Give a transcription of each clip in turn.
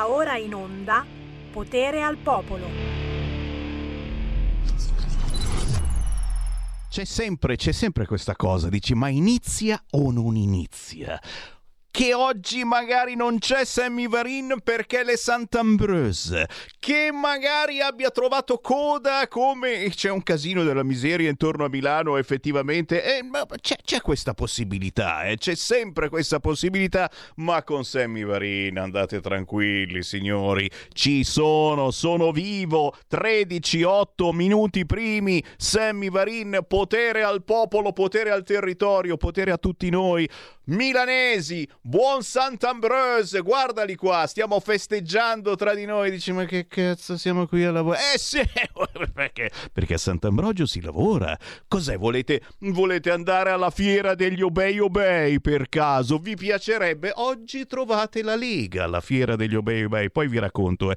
Va ora in onda Potere al Popolo. C'è sempre questa cosa, dici, ma inizia o non inizia? Che oggi magari non c'è Sammy Varin perché le Saint-Ambreuse, che magari abbia trovato coda come c'è un casino della miseria intorno a Milano effettivamente, ma c'è questa possibilità, c'è sempre questa possibilità, ma con Sammy Varin andate tranquilli signori, sono vivo, 8 minuti primi, Sammy Varin, potere al popolo, potere al territorio, potere a tutti noi, milanesi, buon Sant'Ambroise, guardali qua, stiamo festeggiando tra di noi. Dici, ma che cazzo siamo qui a lavorare? Sì, perché a Sant'Ambrogio si lavora. Cos'è? Volete andare alla fiera degli Obei per caso? Vi piacerebbe? Oggi trovate la Lega alla fiera degli Obei. Poi vi racconto.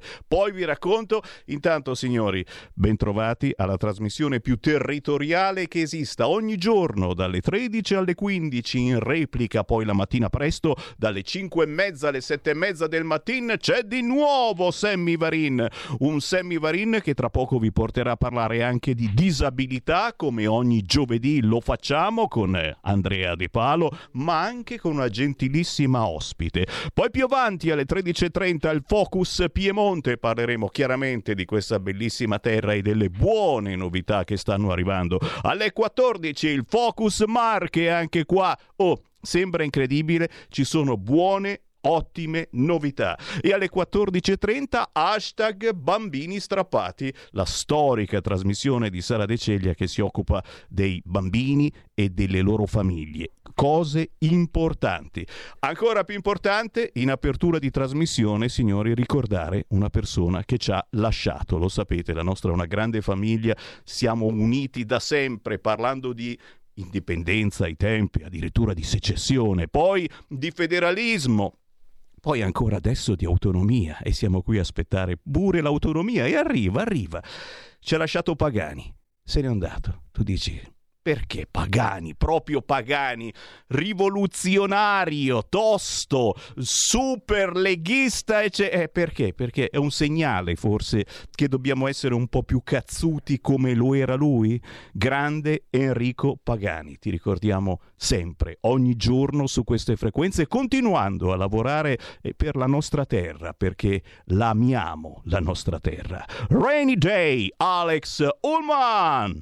Intanto signori, bentrovati alla trasmissione più territoriale che esista, ogni giorno dalle 13 alle 15 in replica. Poi la mattina presto dalle 5:30 alle 7:30 del mattino c'è di nuovo Sammy Varin, un Sammy Varin che tra poco vi porterà a parlare anche di disabilità, come ogni giovedì lo facciamo con Andrea De Palo, ma anche con una gentilissima ospite. Poi più avanti alle 13:30 il Focus Piemonte, parleremo chiaramente di questa bellissima terra e delle buone novità che stanno arrivando. Alle 14 il Focus Marche, anche qua sembra incredibile, ci sono buone, ottime novità. E alle 14:30 hashtag Bambini Strappati, la storica trasmissione di Sara De Ceglia che si occupa dei bambini e delle loro famiglie. Cose importanti. Ancora più importante, in apertura di trasmissione, signori, ricordare una persona che ci ha lasciato. Lo sapete, la nostra è una grande famiglia, siamo uniti da sempre, parlando di indipendenza ai tempi, addirittura di secessione, poi di federalismo, poi ancora adesso di autonomia, e siamo qui a aspettare pure l'autonomia, e arriva. Ci ha lasciato Pagani, se n'è andato. Tu dici, perché Pagani, proprio Pagani, rivoluzionario, tosto, super leghista, perché? Perché è un segnale forse che dobbiamo essere un po' più cazzuti come lo era lui? Grande Enrico Pagani, ti ricordiamo sempre, ogni giorno su queste frequenze, continuando a lavorare per la nostra terra, perché la amiamo la nostra terra. Rainy Day, Alex Ullman!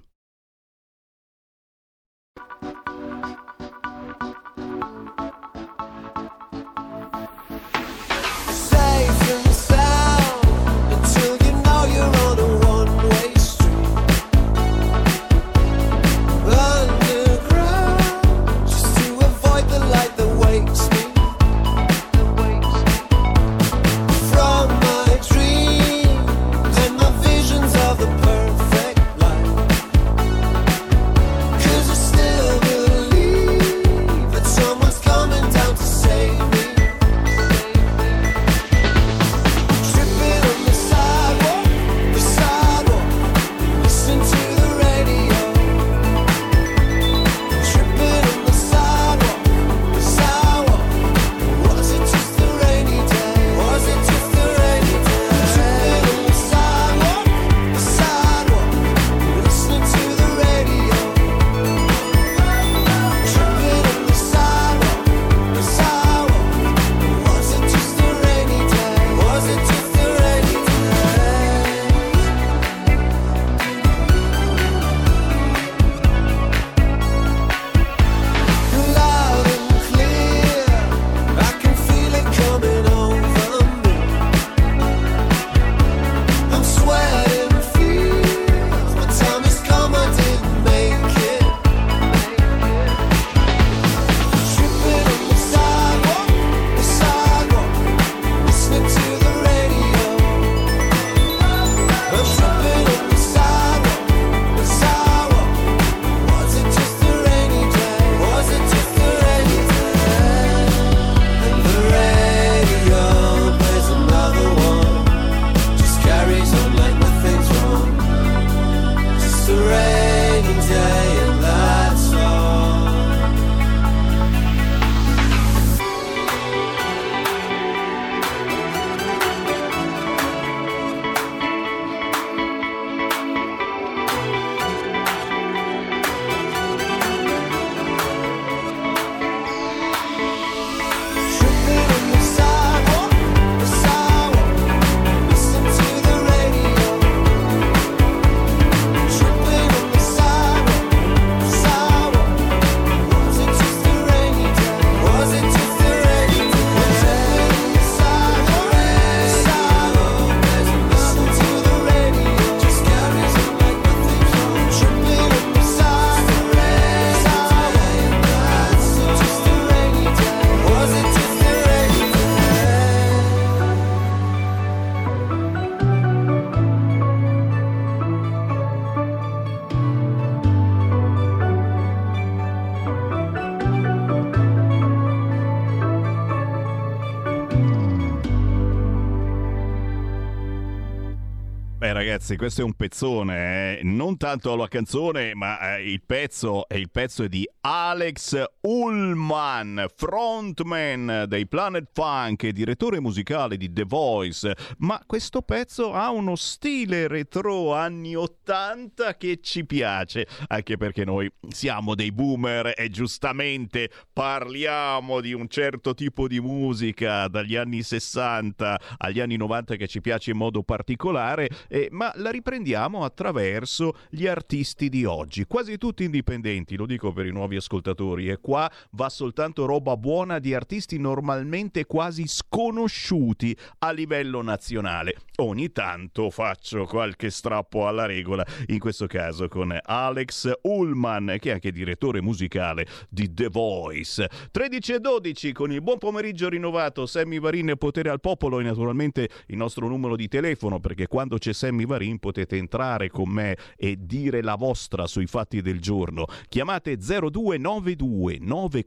ragazzi, questo è un pezzone, non tanto la canzone, ma il pezzo è di Alex Ullman, frontman dei Planet Funk e direttore musicale di The Voice. Ma questo pezzo ha uno stile retro anni 80 che ci piace, anche perché noi siamo dei boomer e giustamente parliamo di un certo tipo di musica dagli anni 60 agli anni 90 che ci piace in modo particolare, ma la riprendiamo attraverso gli artisti di oggi, quasi tutti indipendenti, lo dico per i nuovi ascoltatori, e qua va soltanto roba buona di artisti normalmente quasi sconosciuti a livello nazionale. Ogni tanto faccio qualche strappo alla regola, in questo caso con Alex Ullman, che è anche direttore musicale di The Voice. 13:12 con il buon pomeriggio rinnovato, Sammy Varin, Potere al Popolo, e naturalmente il nostro numero di telefono, perché quando c'è Sammy Varin potete entrare con me e dire la vostra sui fatti del giorno. Chiamate 0292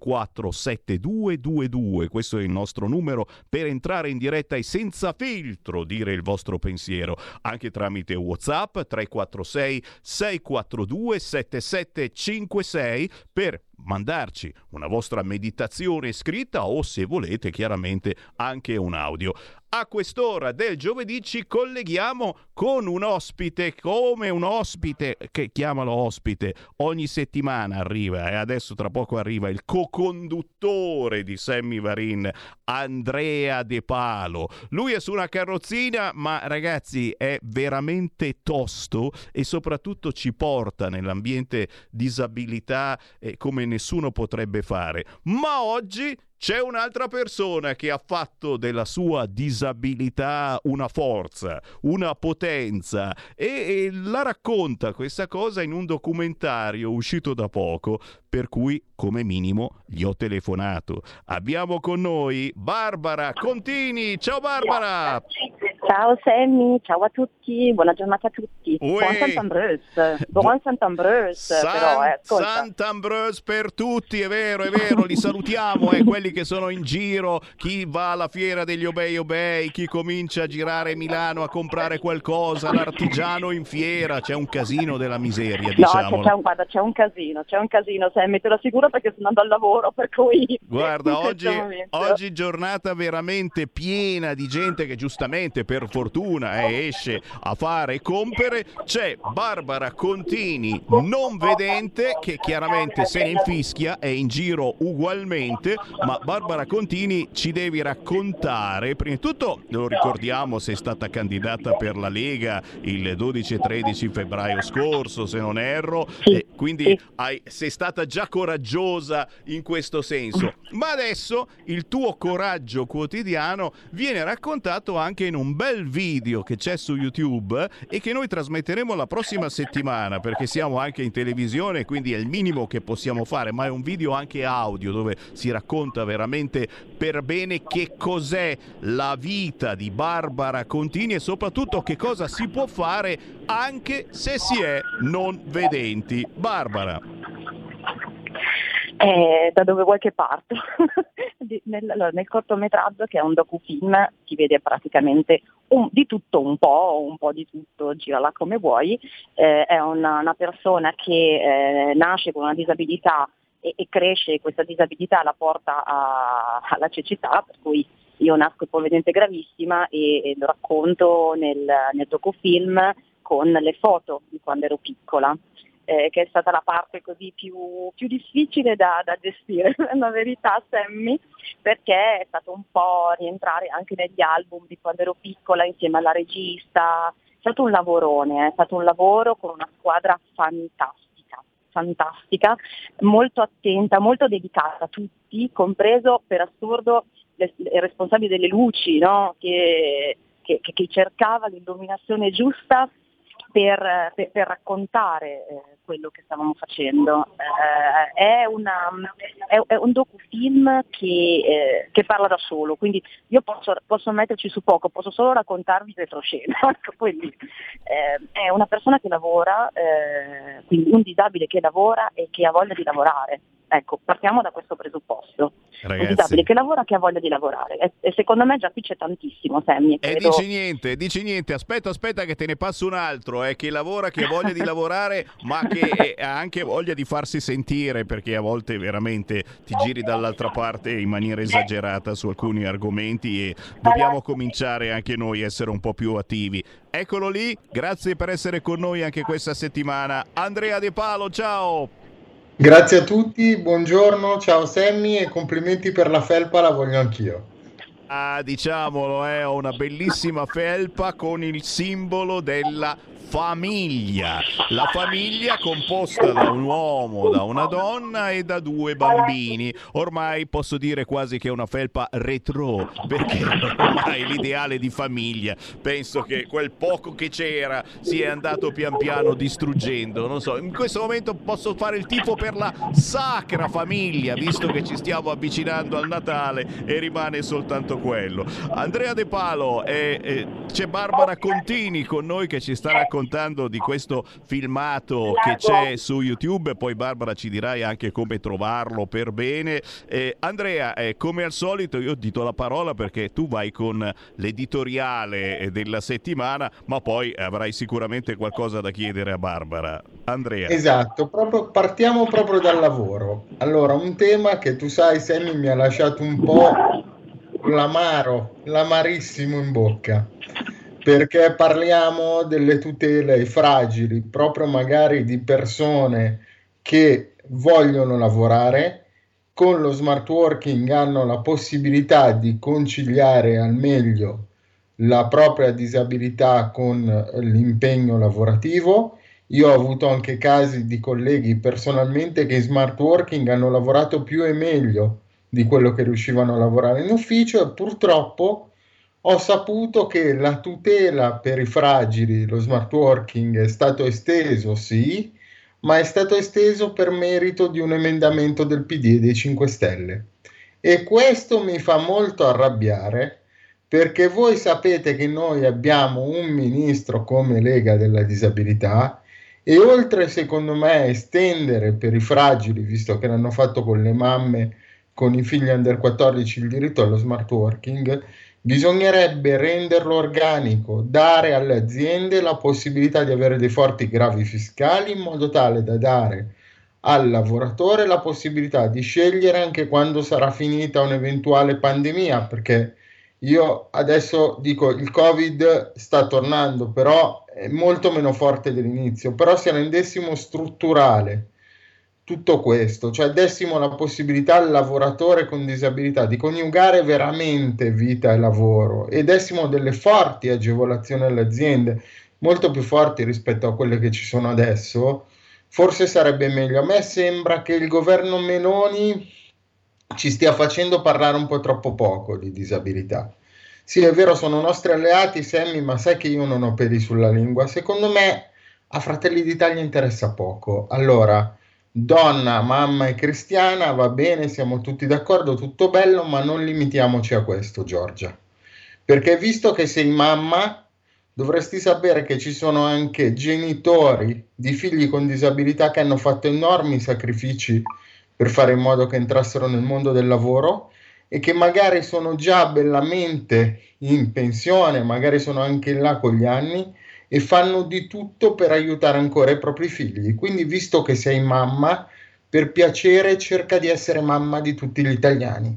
947222, questo è il nostro numero per entrare in diretta e senza filtro dire il vostro pensiero, anche tramite WhatsApp 346 642 7756 per mandarci una vostra meditazione scritta o, se volete, chiaramente anche un audio. A quest'ora del giovedì ci colleghiamo con un ospite, come un ospite, che chiamalo ospite, ogni settimana arriva, e adesso tra poco arriva il co-conduttore di Sammy Varin, Andrea De Palo. Lui è su una carrozzina, ma ragazzi è veramente tosto e soprattutto ci porta nell'ambiente disabilità come nessuno potrebbe fare. Ma oggi c'è un'altra persona che ha fatto della sua disabilità una forza, una potenza, e la racconta questa cosa in un documentario uscito da poco, per cui come minimo gli ho telefonato. Abbiamo con noi Barbara Contini. Ciao Barbara! Ciao Sammy, ciao a tutti, buona giornata a tutti. Buon Sant'Ambroise, però ascolta. Sant'Ambroise per tutti, è vero, li salutiamo, quelli che sono in giro, chi va alla fiera degli Obei, chi comincia a girare Milano a comprare qualcosa, l'artigiano in fiera, c'è un casino della miseria, diciamo. No, c'è un casino Sammy, te lo assicuro, perché sto andando al lavoro, per cui... Guarda, oggi giornata veramente piena di gente che giustamente, per fortuna, esce a fare e compere. C'è Barbara Contini, non vedente, che chiaramente se ne infischia, è in giro ugualmente, ma Barbara Contini ci devi raccontare, prima di tutto, lo ricordiamo, sei stata candidata per la Lega il 12 e 13 febbraio scorso, se non erro, e quindi sei stata già coraggiosa in questo senso, ma adesso il tuo coraggio quotidiano viene raccontato anche in un bel video che c'è su YouTube e che noi trasmetteremo la prossima settimana, perché siamo anche in televisione, quindi è il minimo che possiamo fare, ma è un video anche audio dove si racconta veramente per bene che cos'è la vita di Barbara Contini e soprattutto che cosa si può fare anche se si è non vedenti. Barbara. Da dove vuoi che parto? Nel cortometraggio, che è un docufilm, si vede praticamente di tutto un po' di tutto, girala come vuoi. È una persona che nasce con una disabilità e cresce, e questa disabilità la porta alla cecità, per cui io nasco ipovedente gravissima e lo racconto nel docufilm con le foto di quando ero piccola. Che è stata la parte così più difficile da gestire, la verità, Sammy, perché è stato un po' rientrare anche negli album di quando ero piccola insieme alla regista. È stato un lavorone, è stato un lavoro con una squadra fantastica, molto attenta, molto dedicata a tutti, compreso, per assurdo, il responsabile delle luci, no? che cercava l'illuminazione giusta per raccontare quello che stavamo facendo. È un docufilm che parla da solo, quindi io posso metterci su poco, posso solo raccontarvi retroscena. Quindi, è una persona che lavora, quindi un disabile che lavora e che ha voglia di lavorare. Ecco, partiamo da questo presupposto. Ragazzi, Un disabile che lavora, che ha voglia di lavorare. E secondo me già qui c'è tantissimo, Sammy. e Credo... dici niente, aspetta che te ne passo un altro, che lavora, che ha voglia di lavorare, ma che ha anche voglia di farsi sentire, perché a volte veramente ti giri dall'altra parte in maniera esagerata su alcuni argomenti e dobbiamo cominciare anche noi a essere un po' più attivi. Eccolo lì, grazie per essere con noi anche questa settimana. Andrea De Palo, ciao! Grazie a tutti, buongiorno, ciao Sammy e complimenti per la felpa, la voglio anch'io. Ah, diciamolo, ho una bellissima felpa con il simbolo della famiglia. La famiglia composta da un uomo, da una donna e da 2 bambini. Ormai posso dire quasi che è una felpa retro, perché ormai l'ideale di famiglia, penso che quel poco che c'era si è andato pian piano distruggendo. Non so, in questo momento posso fare il tifo per la sacra famiglia, visto che ci stiamo avvicinando al Natale e rimane soltanto quello. Andrea De Palo, c'è Barbara Contini con noi che ci sta raccontando di questo filmato che c'è su YouTube, poi Barbara ci dirai anche come trovarlo per bene. Andrea, come al solito io ti do la parola perché tu vai con l'editoriale della settimana, ma poi avrai sicuramente qualcosa da chiedere a Barbara. Andrea. Esatto, partiamo proprio dal lavoro. Allora, un tema che tu sai, Sammy, mi ha lasciato un po' l'amarissimo in bocca, perché parliamo delle tutele ai fragili, proprio magari di persone che vogliono lavorare, con lo smart working hanno la possibilità di conciliare al meglio la propria disabilità con l'impegno lavorativo. Io ho avuto anche casi di colleghi personalmente che in smart working hanno lavorato più e meglio di quello che riuscivano a lavorare in ufficio e purtroppo ho saputo che la tutela per i fragili, lo smart working, è stato esteso, sì, ma è stato esteso per merito di un emendamento del PD e dei 5 Stelle. E questo mi fa molto arrabbiare, perché voi sapete che noi abbiamo un ministro come Lega della disabilità e oltre, secondo me, a estendere per i fragili, visto che l'hanno fatto con le mamme, con i figli under 14 il diritto allo smart working, bisognerebbe renderlo organico, dare alle aziende la possibilità di avere dei forti gravi fiscali in modo tale da dare al lavoratore la possibilità di scegliere anche quando sarà finita un'eventuale pandemia, perché io adesso dico il Covid sta tornando, però è molto meno forte dell'inizio, però se rendessimo strutturale tutto questo, cioè dessimo la possibilità al lavoratore con disabilità di coniugare veramente vita e lavoro e dessimo delle forti agevolazioni alle aziende, molto più forti rispetto a quelle che ci sono adesso, forse sarebbe meglio. A me sembra che il governo Meloni ci stia facendo parlare un po' troppo poco di disabilità. Sì, è vero, sono nostri alleati, Sammy, ma sai che io non ho peli sulla lingua. Secondo me a Fratelli d'Italia interessa poco. Allora, donna, mamma e cristiana, va bene, siamo tutti d'accordo, tutto bello, ma non limitiamoci a questo, Giorgia. Perché visto che sei mamma, dovresti sapere che ci sono anche genitori di figli con disabilità che hanno fatto enormi sacrifici per fare in modo che entrassero nel mondo del lavoro e che magari sono già bellamente in pensione, magari sono anche là con gli anni e fanno di tutto per aiutare ancora i propri figli. Quindi, visto che sei mamma, per piacere cerca di essere mamma di tutti gli italiani.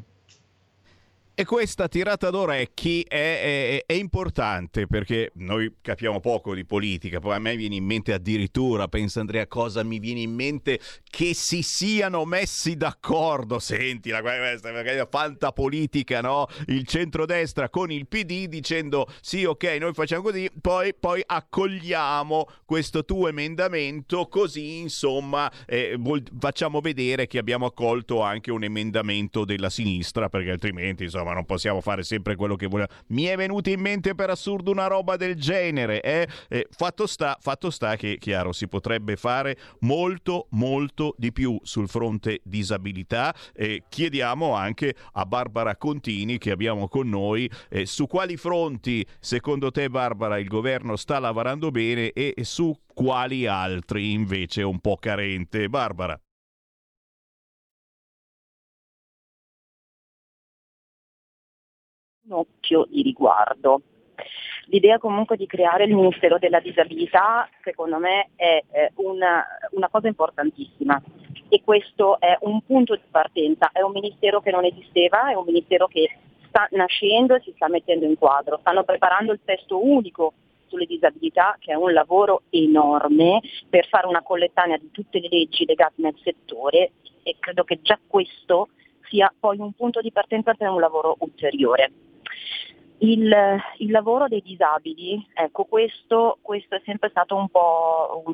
E questa tirata d'orecchi è importante perché noi capiamo poco di politica, poi a me viene in mente addirittura, pensa Andrea, cosa mi viene in mente, che si siano messi d'accordo, sentila, questa fantapolitica, no? Il centrodestra con il PD dicendo sì, ok, noi facciamo così, poi accogliamo questo tuo emendamento, così insomma facciamo vedere che abbiamo accolto anche un emendamento della sinistra, perché altrimenti insomma non possiamo fare sempre quello che vogliamo. Mi è venuta in mente per assurdo una roba del genere, fatto sta che, chiaro, si potrebbe fare molto di più sul fronte disabilità. Chiediamo anche a Barbara Contini, che abbiamo con noi, su quali fronti secondo te, Barbara, il governo sta lavorando bene e su quali altri invece un po' carente. Barbara. un occhio di riguardo. L'idea comunque di creare il Ministero della Disabilità, secondo me, è una cosa importantissima, e questo è un punto di partenza. È un ministero che non esisteva, è un ministero che sta nascendo e si sta mettendo in quadro. Stanno preparando il testo unico sulle disabilità, che è un lavoro enorme per fare una collettanea di tutte le leggi legate nel settore, e credo che già questo sia poi un punto di partenza per un lavoro ulteriore. Il lavoro dei disabili, ecco, questo è sempre stato un po'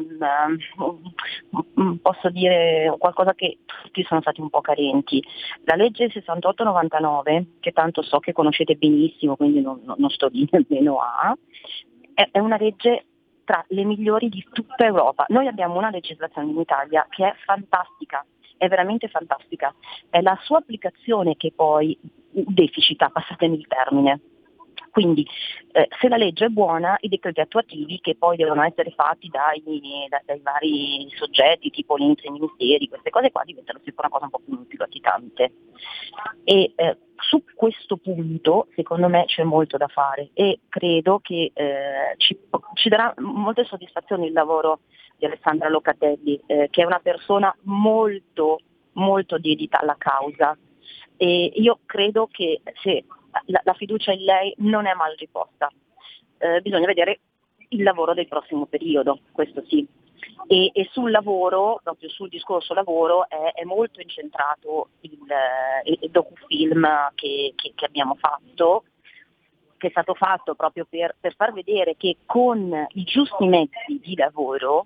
posso dire qualcosa che tutti sono stati un po' carenti. La legge 6899, che tanto so che conoscete benissimo, quindi non sto lì nemmeno è una legge tra le migliori di tutta Europa. Noi abbiamo una legislazione in Italia che è fantastica, è veramente fantastica. È la sua applicazione che poi deficita, passatemi il termine. Quindi se la legge è buona, i decreti attuativi, che poi devono essere fatti dai vari soggetti, tipo gli enti ministeri, queste cose qua diventano sempre una cosa un po' più latitante. E su questo punto, secondo me, c'è molto da fare, e credo che ci darà molte soddisfazioni il lavoro di Alessandra Locatelli, che è una persona molto, molto dedita alla causa, e io credo che se la fiducia in lei non è mal riposta. Bisogna vedere il lavoro del prossimo periodo, questo sì. E sul lavoro, proprio sul discorso lavoro, è molto incentrato il docufilm che abbiamo fatto, che è stato fatto proprio per far vedere che con i giusti mezzi di lavoro,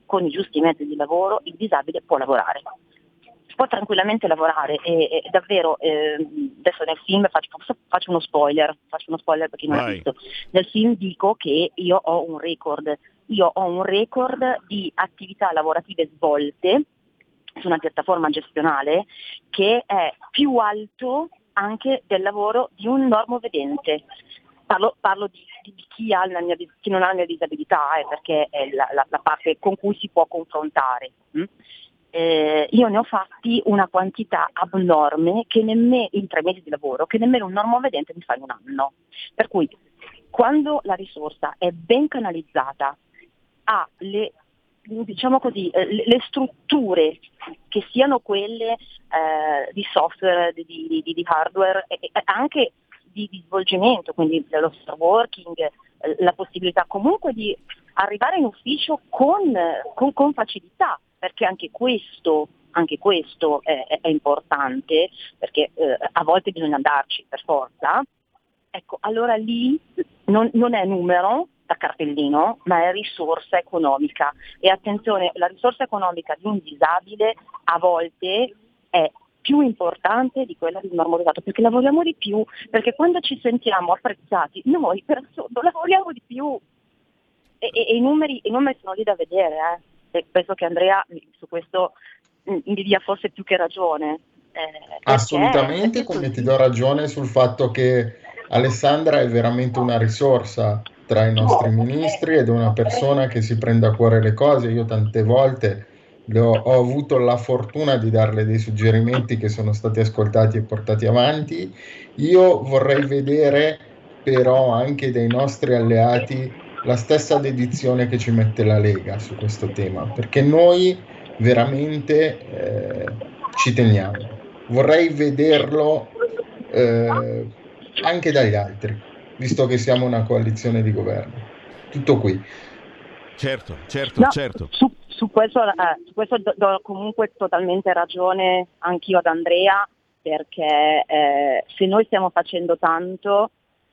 il disabile può lavorare. Può tranquillamente lavorare, e davvero adesso nel film faccio uno spoiler per chi non l'ha visto. Nel film dico che io ho un record di attività lavorative svolte su una piattaforma gestionale che è più alto anche del lavoro di un normovedente. Parlo di chi non ha la mia disabilità, perché è la parte con cui si può confrontare. Io ne ho fatti una quantità abnorme che nemmeno in 3 mesi di lavoro, che nemmeno un normovedente mi fa in un anno. Per cui quando la risorsa è ben canalizzata, ha le strutture, che siano quelle di software, di hardware, e anche di svolgimento, quindi lo smart working, la possibilità comunque di arrivare in ufficio con facilità, perché anche questo è importante, perché a volte bisogna andarci per forza. Ecco, allora lì non è numero da cartellino, ma è risorsa economica. E attenzione, la risorsa economica di un disabile a volte è più importante di quella di un normodotato, perché lavoriamo di più, perché quando ci sentiamo apprezzati, noi per assurdo lavoriamo di più. E i numeri sono lì da vedere, e penso che Andrea su questo mi dia forse più che ragione. Assolutamente, come ti do ragione sul fatto che Alessandra è veramente una risorsa tra i nostri ministri, ed è una persona che si prende a cuore le cose. Io tante volte ho avuto la fortuna di darle dei suggerimenti che sono stati ascoltati e portati avanti. Io vorrei vedere però anche dai nostri alleati la stessa dedizione che ci mette la Lega su questo tema, perché noi veramente ci teniamo. Vorrei vederlo anche dagli altri, visto che siamo una coalizione di governo. Tutto qui. Certo. No, Certo. Su questo do comunque totalmente ragione anch'io ad Andrea, perché se noi stiamo facendo tanto,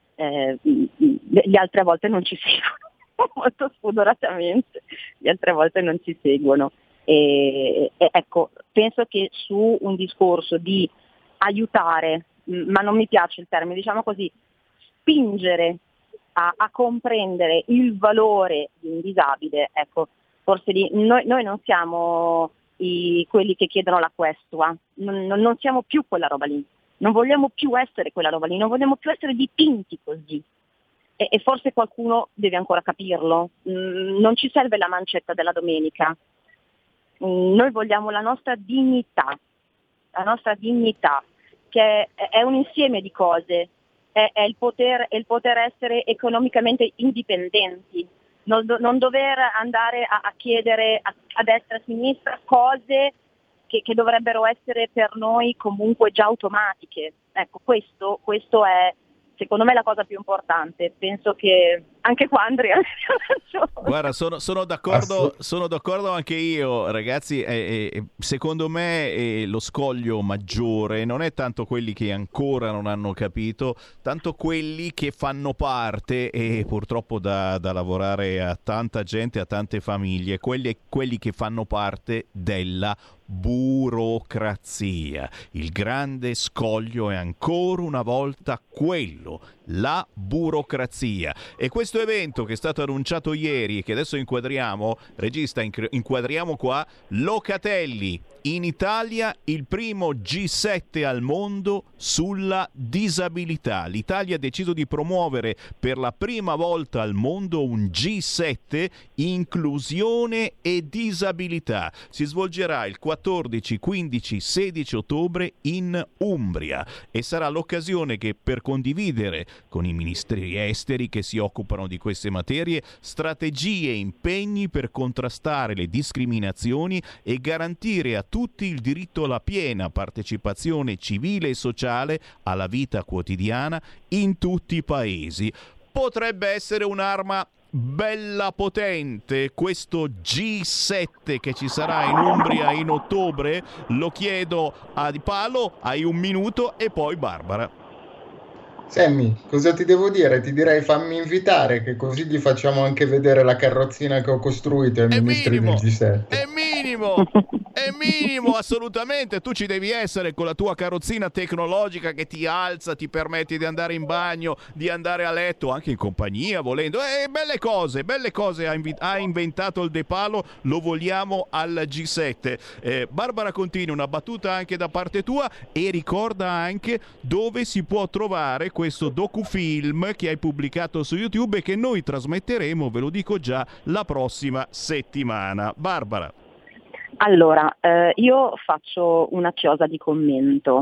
le altre volte non ci seguono, molto spudoratamente, le altre volte non ci seguono. E ecco, penso che su un discorso di aiutare, ma non mi piace il termine, diciamo così, spingere a comprendere il valore di un disabile, ecco, forse lì noi non siamo quelli che chiedono la questua, non siamo più quella roba lì, non vogliamo più essere quella roba lì, non vogliamo più essere dipinti così, e forse qualcuno deve ancora capirlo. Non ci serve la mancetta della domenica, noi vogliamo la nostra dignità, che è un insieme di cose, è il poter essere economicamente indipendenti, non dover andare a chiedere a destra e a sinistra cose che dovrebbero essere per noi comunque già automatiche. Ecco, questo è secondo me la cosa più importante. Penso che anche qua Andrea ha ragione. Guarda, sono d'accordo anche io, ragazzi. Secondo me lo scoglio maggiore non è tanto quelli che ancora non hanno capito, tanto quelli che fanno parte, e purtroppo da lavorare a tanta gente, a tante famiglie, quelli che fanno parte della burocrazia. Il grande scoglio è ancora una volta quello, la burocrazia. E questo evento che è stato annunciato ieri e che adesso inquadriamo, regista, inquadriamo qua, Locatelli, in Italia il primo G7 al mondo sulla disabilità. L'Italia ha deciso di promuovere per la prima volta al mondo un G7 inclusione e disabilità. Si svolgerà il 14, 15, 16 ottobre in Umbria e sarà l'occasione che per condividere con i ministeri esteri che si occupano di queste materie strategie e impegni per contrastare le discriminazioni e garantire a tutti il diritto alla piena partecipazione civile e sociale alla vita quotidiana in tutti i paesi. Potrebbe essere un'arma bella potente questo G7 che ci sarà in Umbria in ottobre. Lo chiedo a Di Palo, hai un minuto, e poi Barbara. Sammy, cosa ti devo dire? Ti direi fammi invitare, che così gli facciamo anche vedere la carrozzina che ho costruito ai ministri del G7. È minimo, assolutamente. Tu ci devi essere con la tua carrozzina tecnologica che ti alza, ti permette di andare in bagno, di andare a letto, anche in compagnia, volendo. Belle cose ha inventato il De Palo, lo vogliamo al G7. Barbara continua, una battuta anche da parte tua, e ricorda anche dove si può trovare questo docufilm che hai pubblicato su YouTube e che noi trasmetteremo, ve lo dico già, la prossima settimana. Barbara. Allora, io faccio una chiosa di commento.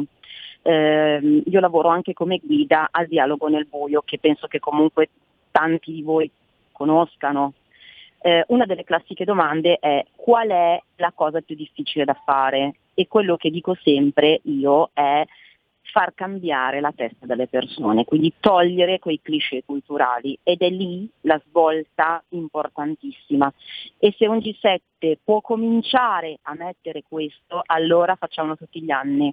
Io lavoro anche come guida al Dialogo nel Buio, che penso che comunque tanti di voi conoscano. Una delle classiche domande è: qual è la cosa più difficile da fare? E quello che dico sempre io è far cambiare la testa delle persone, quindi togliere quei cliché culturali, ed è lì la svolta importantissima. E se un G7 può cominciare a mettere questo, allora facciamo tutti gli anni.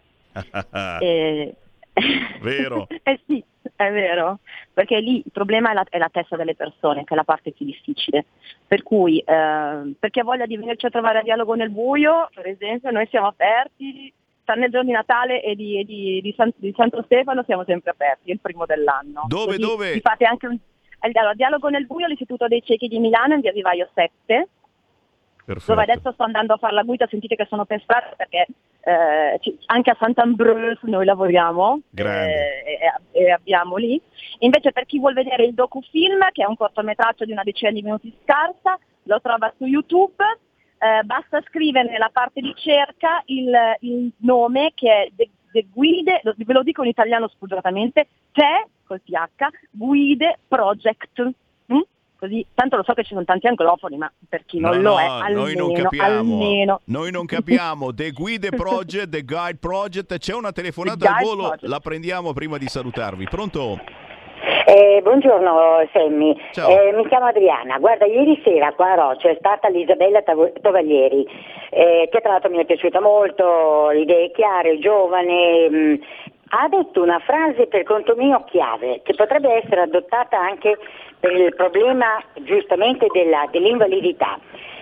Vero? Sì, è vero, perché lì il problema è la testa delle persone, che è la parte più difficile. Per cui per chi ha voglia di venirci a trovare a Dialogo nel Buio, per esempio, noi siamo aperti. Nel giorno di Natale e di Santo Stefano siamo sempre aperti, è il primo dell'anno. Dove? Fate anche allora, Dialogo nel Buio all'Istituto dei Ciechi di Milano, in via Vivaio 7. Perfetto. Dove adesso sto andando a fare la guida, sentite che sono per strada, perché anche a Saint-Ambroise noi lavoriamo e abbiamo lì. Invece, per chi vuol vedere il docufilm, che è un cortometraggio di una decina di minuti scarsa, lo trova su YouTube. Basta scrivere nella parte di cerca il nome, che è The Guide, ve lo dico in italiano spudoratamente, col TH, Guide Project. Così, tanto lo so che ci sono tanti anglofoni, ma per chi non lo è, almeno. Noi non capiamo. The Guide Project, The Guide Project. C'è una telefonata al volo, la prendiamo prima di salutarvi. Pronto? Buongiorno Sammy, mi chiamo Adriana. Guarda, ieri sera qua a Roccia è stata l'Isabella Tovaglieri, che tra l'altro mi è piaciuta molto, le idee chiare, giovane, ha detto una frase per conto mio chiave, che potrebbe essere adottata anche per il problema giustamente dell'invalidità.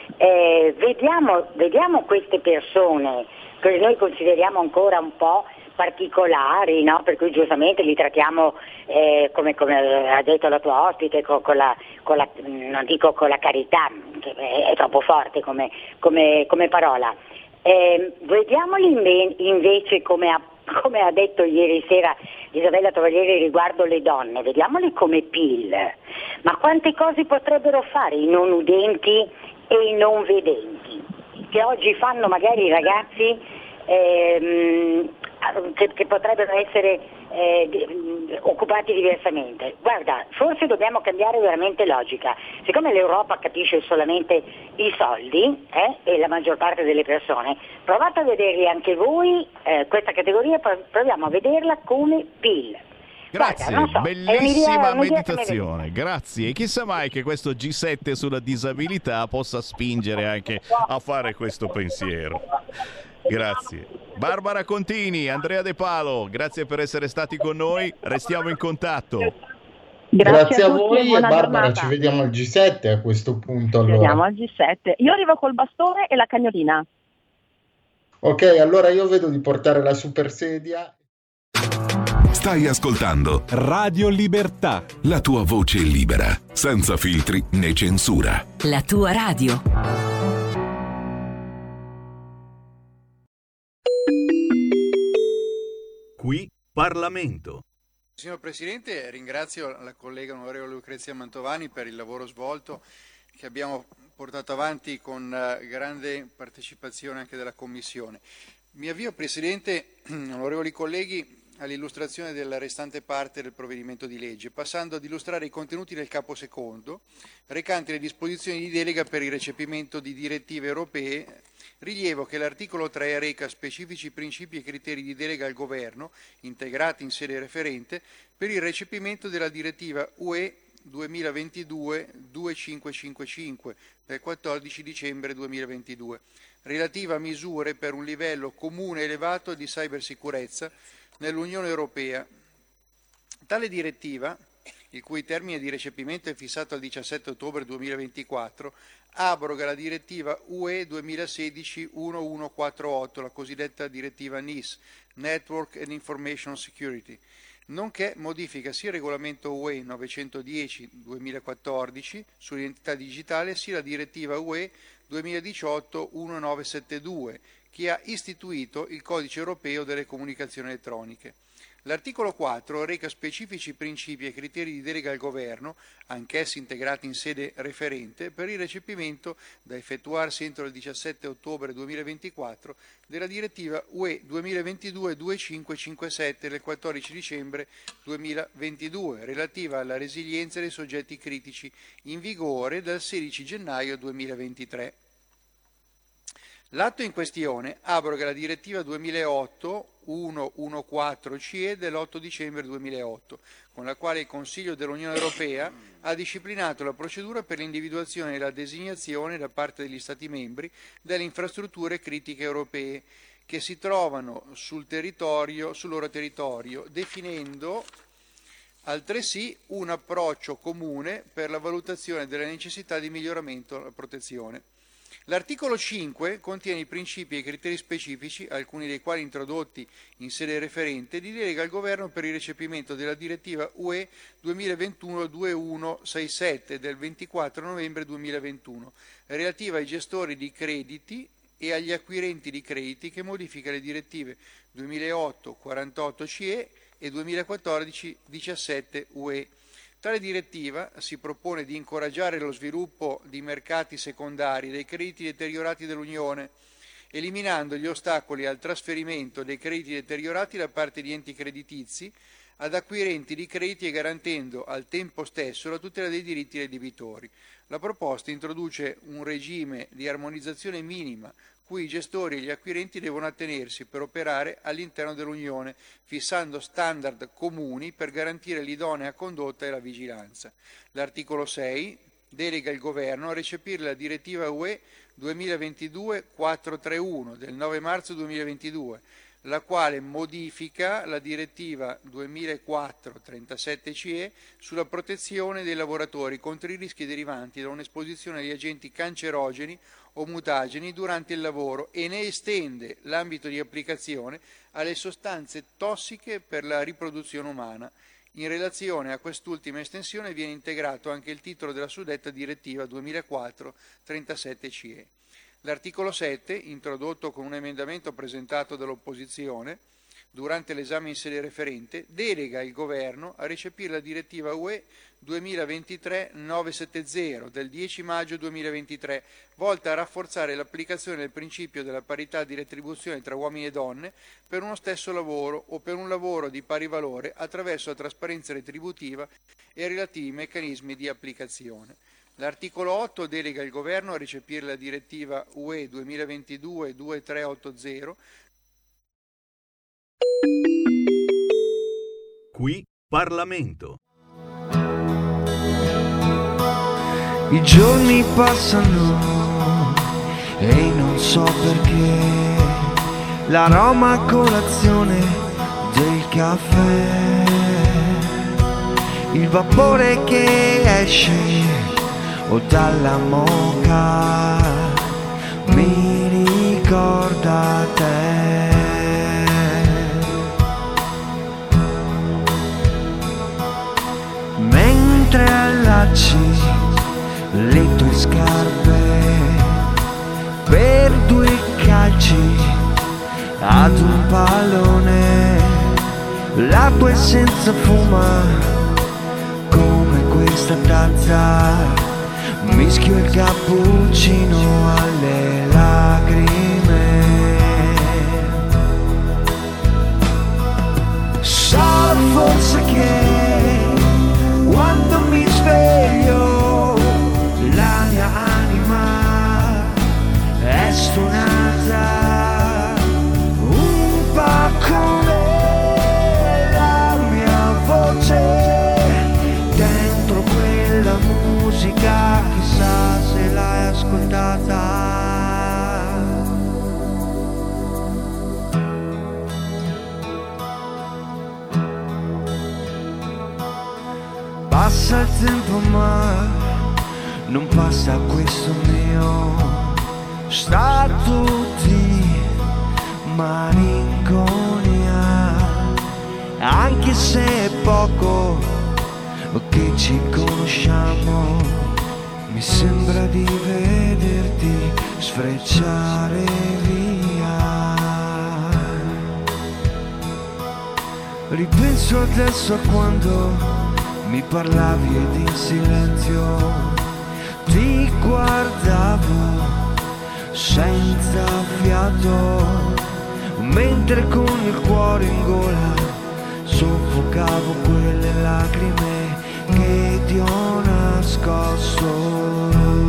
Vediamo queste persone che noi consideriamo ancora un po' particolari, no? Per cui giustamente li trattiamo come ha detto la tua ospite, con la non dico con la carità, che è troppo forte come parola. Vediamoli invece come ha detto ieri sera Isabella Tovaglieri riguardo le donne, vediamoli come PIL. Ma quante cose potrebbero fare i non udenti e i non vedenti, che oggi fanno magari i ragazzi che potrebbero essere occupati diversamente. Guarda, forse dobbiamo cambiare veramente logica. Siccome l'Europa capisce solamente i soldi e la maggior parte delle persone, provate a vederli anche voi, questa categoria, proviamo a vederla come PIL. Grazie, Guarda, so, bellissima un'idea meditazione, grazie. E chissà mai che questo G7 sulla disabilità possa spingere anche a fare questo pensiero. Grazie. Barbara Contini, Andrea De Palo, grazie per essere stati con noi, restiamo in contatto. Grazie a tutti voi e buona Barbara, giornata. ci vediamo al G7 a questo punto Ci allora. vediamo al G7. Io arrivo col bastone e la cagnolina. Ok, allora io vedo di portare la super sedia. Stai ascoltando Radio Libertà. la tua voce libera, senza filtri né censura. La tua radio. Qui Parlamento. Signor Presidente, ringrazio la collega onorevole Lucrezia Mantovani per il lavoro svolto che abbiamo portato avanti con grande partecipazione anche della Commissione. Mi avvio, Presidente, onorevoli colleghi, all'illustrazione della restante parte del provvedimento di legge, passando ad illustrare i contenuti del capo secondo, recanti le disposizioni di delega per il recepimento di direttive europee. Rilievo che l'articolo 3 reca specifici principi e criteri di delega al Governo, integrati in sede referente, per il recepimento della direttiva UE 2022-2555 del 14 dicembre 2022, relativa a misure per un livello comune elevato di cybersicurezza nell'Unione Europea. Tale direttiva, il cui termine di recepimento è fissato al 17 ottobre 2024, abroga la direttiva UE 2016-1148, la cosiddetta direttiva NIS, Network and Information Security, nonché modifica sia il regolamento UE 910-2014 sull'identità digitale sia la direttiva UE 2018-1972, che ha istituito il Codice europeo delle comunicazioni elettroniche. L'articolo 4 reca specifici principi e criteri di delega al Governo, anch'essi integrati in sede referente, per il recepimento da effettuarsi entro il 17 ottobre 2024 della direttiva UE 2022-2557 del 14 dicembre 2022, relativa alla resilienza dei soggetti critici, in vigore dal 16 gennaio 2023. L'atto in questione abroga la direttiva 2008/114/CE dell'8 dicembre 2008, con la quale il Consiglio dell'Unione Europea ha disciplinato la procedura per l'individuazione e la designazione da parte degli Stati membri delle infrastrutture critiche europee che si trovano sul loro territorio, definendo altresì un approccio comune per la valutazione della necessità di miglioramento della protezione. L'articolo 5 contiene i principi e i criteri specifici, alcuni dei quali introdotti in sede referente, di delega al Governo per il recepimento della direttiva UE 2021-2167 del 24 novembre 2021, relativa ai gestori di crediti e agli acquirenti di crediti, che modifica le direttive 2008/48/CE e 2014/17/UE. Tale direttiva si propone di incoraggiare lo sviluppo di mercati secondari dei crediti deteriorati dell'Unione, eliminando gli ostacoli al trasferimento dei crediti deteriorati da parte di enti creditizi ad acquirenti di crediti e garantendo al tempo stesso la tutela dei diritti dei debitori. La proposta introduce un regime di armonizzazione minima cui i gestori e gli acquirenti devono attenersi per operare all'interno dell'Unione, fissando standard comuni per garantire l'idonea condotta e la vigilanza. L'articolo 6 delega il Governo a recepire la direttiva UE 2022-431 del 9 marzo 2022, la quale modifica la direttiva 2004/37/CE sulla protezione dei lavoratori contro i rischi derivanti da un'esposizione agli agenti cancerogeni o mutageni durante il lavoro e ne estende l'ambito di applicazione alle sostanze tossiche per la riproduzione umana. In relazione a quest'ultima estensione viene integrato anche il titolo della suddetta direttiva 2004/37/CE. L'articolo 7, introdotto con un emendamento presentato dall'opposizione, durante l'esame in sede referente, delega il Governo a recepire la direttiva UE 2023-970 del 10 maggio 2023, volta a rafforzare l'applicazione del principio della parità di retribuzione tra uomini e donne per uno stesso lavoro o per un lavoro di pari valore attraverso la trasparenza retributiva e i relativi meccanismi di applicazione. L'articolo 8 delega il Governo a recepire la direttiva UE 2022-2380. Qui Parlamento. I giorni passano e non so perché l'aroma a colazione del caffè, il vapore che esce o dalla moka mi ricorda te. Mentre allacci le tue scarpe per 2 calci ad un pallone, l'acqua è senza fuma come questa tazza, mischio il cappuccino alle lacrime. So forse che quando mi sveglio la mia anima è stonata un po' come la mia voce dentro quella musica, chissà se l'hai ascoltata. Passa il tempo ma non passa questo mio stato di malinconia, anche se è poco che ci conosciamo, mi sembra di vederti sfrecciare via. Ripenso adesso a quando mi parlavi ed in silenzio ti guardavo senza fiato, mentre con il cuore in gola soffocavo quelle lacrime che ti ho nascosto.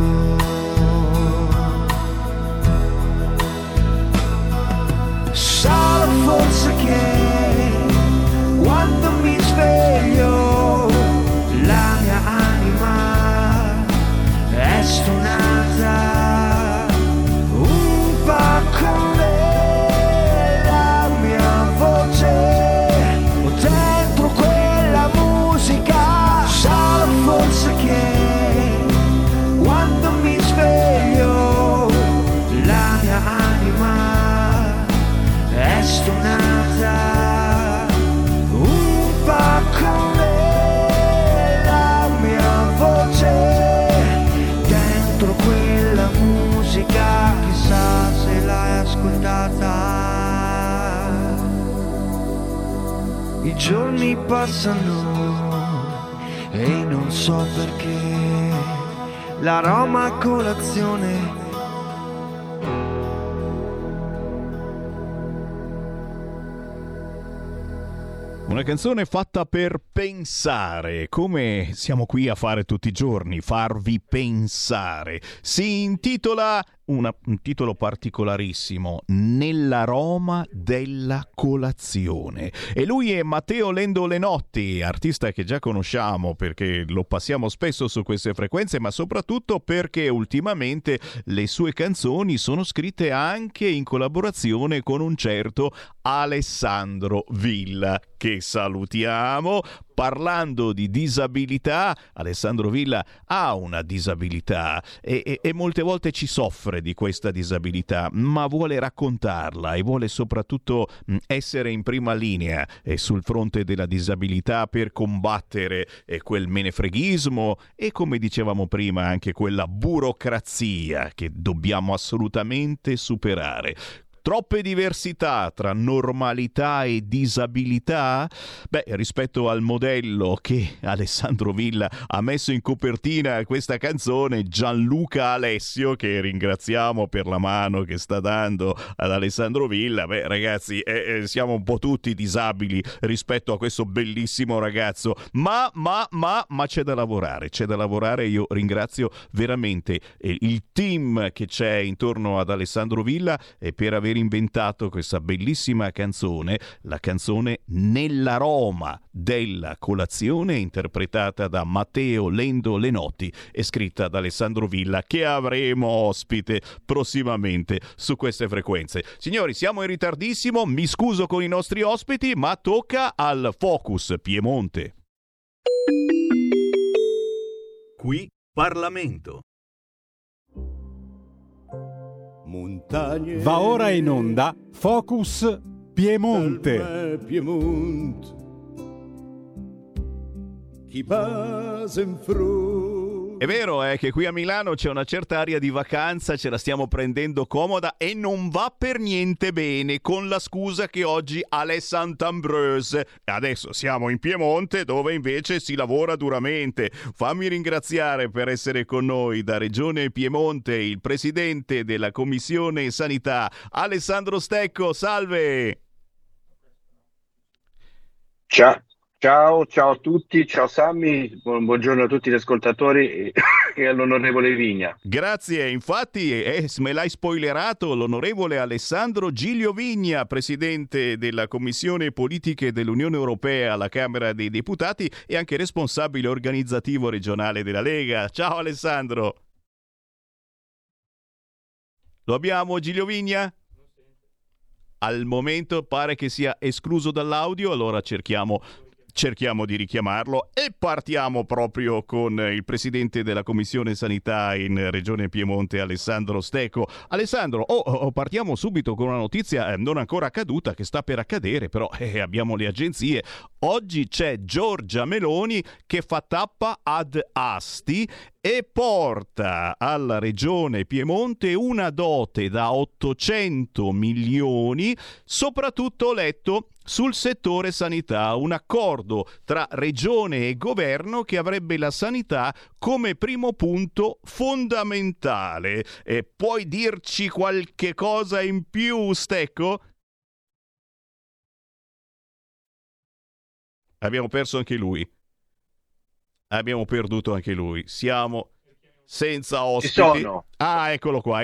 So forse che quando mi sveglio la mia anima è stonata un po' come la mia voce dentro quella musica. So forse che quando mi sveglio la mia anima è stonata un po' come la mia voce dentro quella musica, chissà se l'hai ascoltata. I giorni passano e non so perché l'aroma a colazione. Una canzone fatta per pensare, come siamo qui a fare tutti i giorni, farvi pensare. Si intitola un titolo particolarissimo, Nell'aroma della colazione. E lui è Matteo Lendo Lenotti, artista che già conosciamo perché lo passiamo spesso su queste frequenze, ma soprattutto perché ultimamente le sue canzoni sono scritte anche in collaborazione con un certo Alessandro Villa, che salutiamo. Parlando di disabilità, Alessandro Villa ha una disabilità e molte volte ci soffre di questa disabilità, ma vuole raccontarla e vuole soprattutto essere in prima linea sul fronte della disabilità per combattere quel menefreghismo e, come dicevamo prima, anche quella burocrazia che dobbiamo assolutamente superare. Troppe diversità tra normalità e disabilità? Beh, rispetto al modello che Alessandro Villa ha messo in copertina questa canzone, Gianluca Alessio, che ringraziamo per la mano che sta dando ad Alessandro Villa, beh ragazzi, siamo un po' tutti disabili rispetto a questo bellissimo ragazzo, ma c'è da lavorare. Io ringrazio veramente il team che c'è intorno ad Alessandro Villa per aver inventato questa bellissima canzone, la canzone Nella Roma della colazione, interpretata da Matteo Lendo Lenotti e scritta da Alessandro Villa, che avremo ospite prossimamente su queste frequenze. Signori, siamo in ritardissimo, mi scuso con i nostri ospiti, ma tocca al Focus Piemonte. Qui Parlamento. Va ora in onda Focus Piemonte. È vero che qui a Milano c'è una certa aria di vacanza, ce la stiamo prendendo comoda e non va per niente bene, con la scusa che oggi alle Sant'Ambroise. Adesso siamo in Piemonte, dove invece si lavora duramente. Fammi ringraziare per essere con noi da Regione Piemonte il presidente della Commissione Sanità, Alessandro Stecco. Salve! Ciao a tutti, ciao Sammy, buongiorno a tutti gli ascoltatori e all'onorevole Vigna. Grazie, infatti me l'hai spoilerato, l'onorevole Alessandro Giglio Vigna, presidente della Commissione Politiche dell'Unione Europea alla Camera dei Deputati e anche responsabile organizzativo regionale della Lega. Ciao Alessandro. Lo abbiamo Giglio Vigna? Al momento pare che sia escluso dall'audio, allora cerchiamo di richiamarlo e partiamo proprio con il presidente della Commissione Sanità in Regione Piemonte, Alessandro Stecco. Alessandro, partiamo subito con una notizia non ancora accaduta, che sta per accadere, però abbiamo le agenzie. Oggi c'è Giorgia Meloni che fa tappa ad Asti e porta alla Regione Piemonte una dote da 800 milioni, soprattutto letto sul settore sanità, un accordo tra Regione e Governo che avrebbe la sanità come primo punto fondamentale. Puoi dirci qualche cosa in più, Stecco? Abbiamo perso anche lui. Abbiamo perduto anche lui. Siamo senza ospiti. Ci sono. Ah, eccolo qua.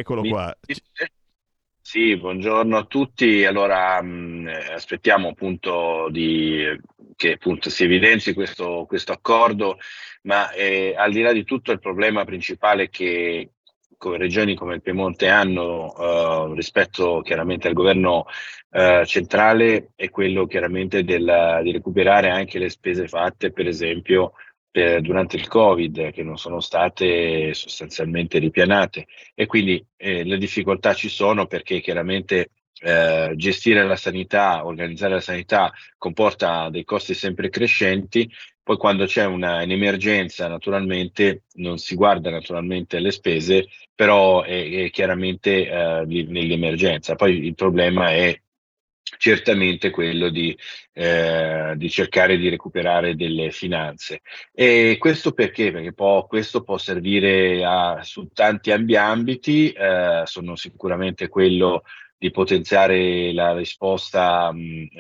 Sì, buongiorno a tutti. Allora, aspettiamo appunto che appunto si evidenzi questo accordo, ma al di là di tutto il problema principale che regioni come il Piemonte hanno rispetto chiaramente al governo centrale è quello chiaramente di recuperare anche le spese fatte, per esempio, durante il Covid, che non sono state sostanzialmente ripianate, e quindi le difficoltà ci sono perché chiaramente gestire la sanità, organizzare la sanità comporta dei costi sempre crescenti. Poi quando c'è un'emergenza naturalmente non si guarda naturalmente alle spese, però è chiaramente nell'emergenza. Poi il problema è certamente quello di cercare di recuperare delle finanze. E questo perché? Perché questo può servire su tanti ambiti, sono sicuramente quello di potenziare la risposta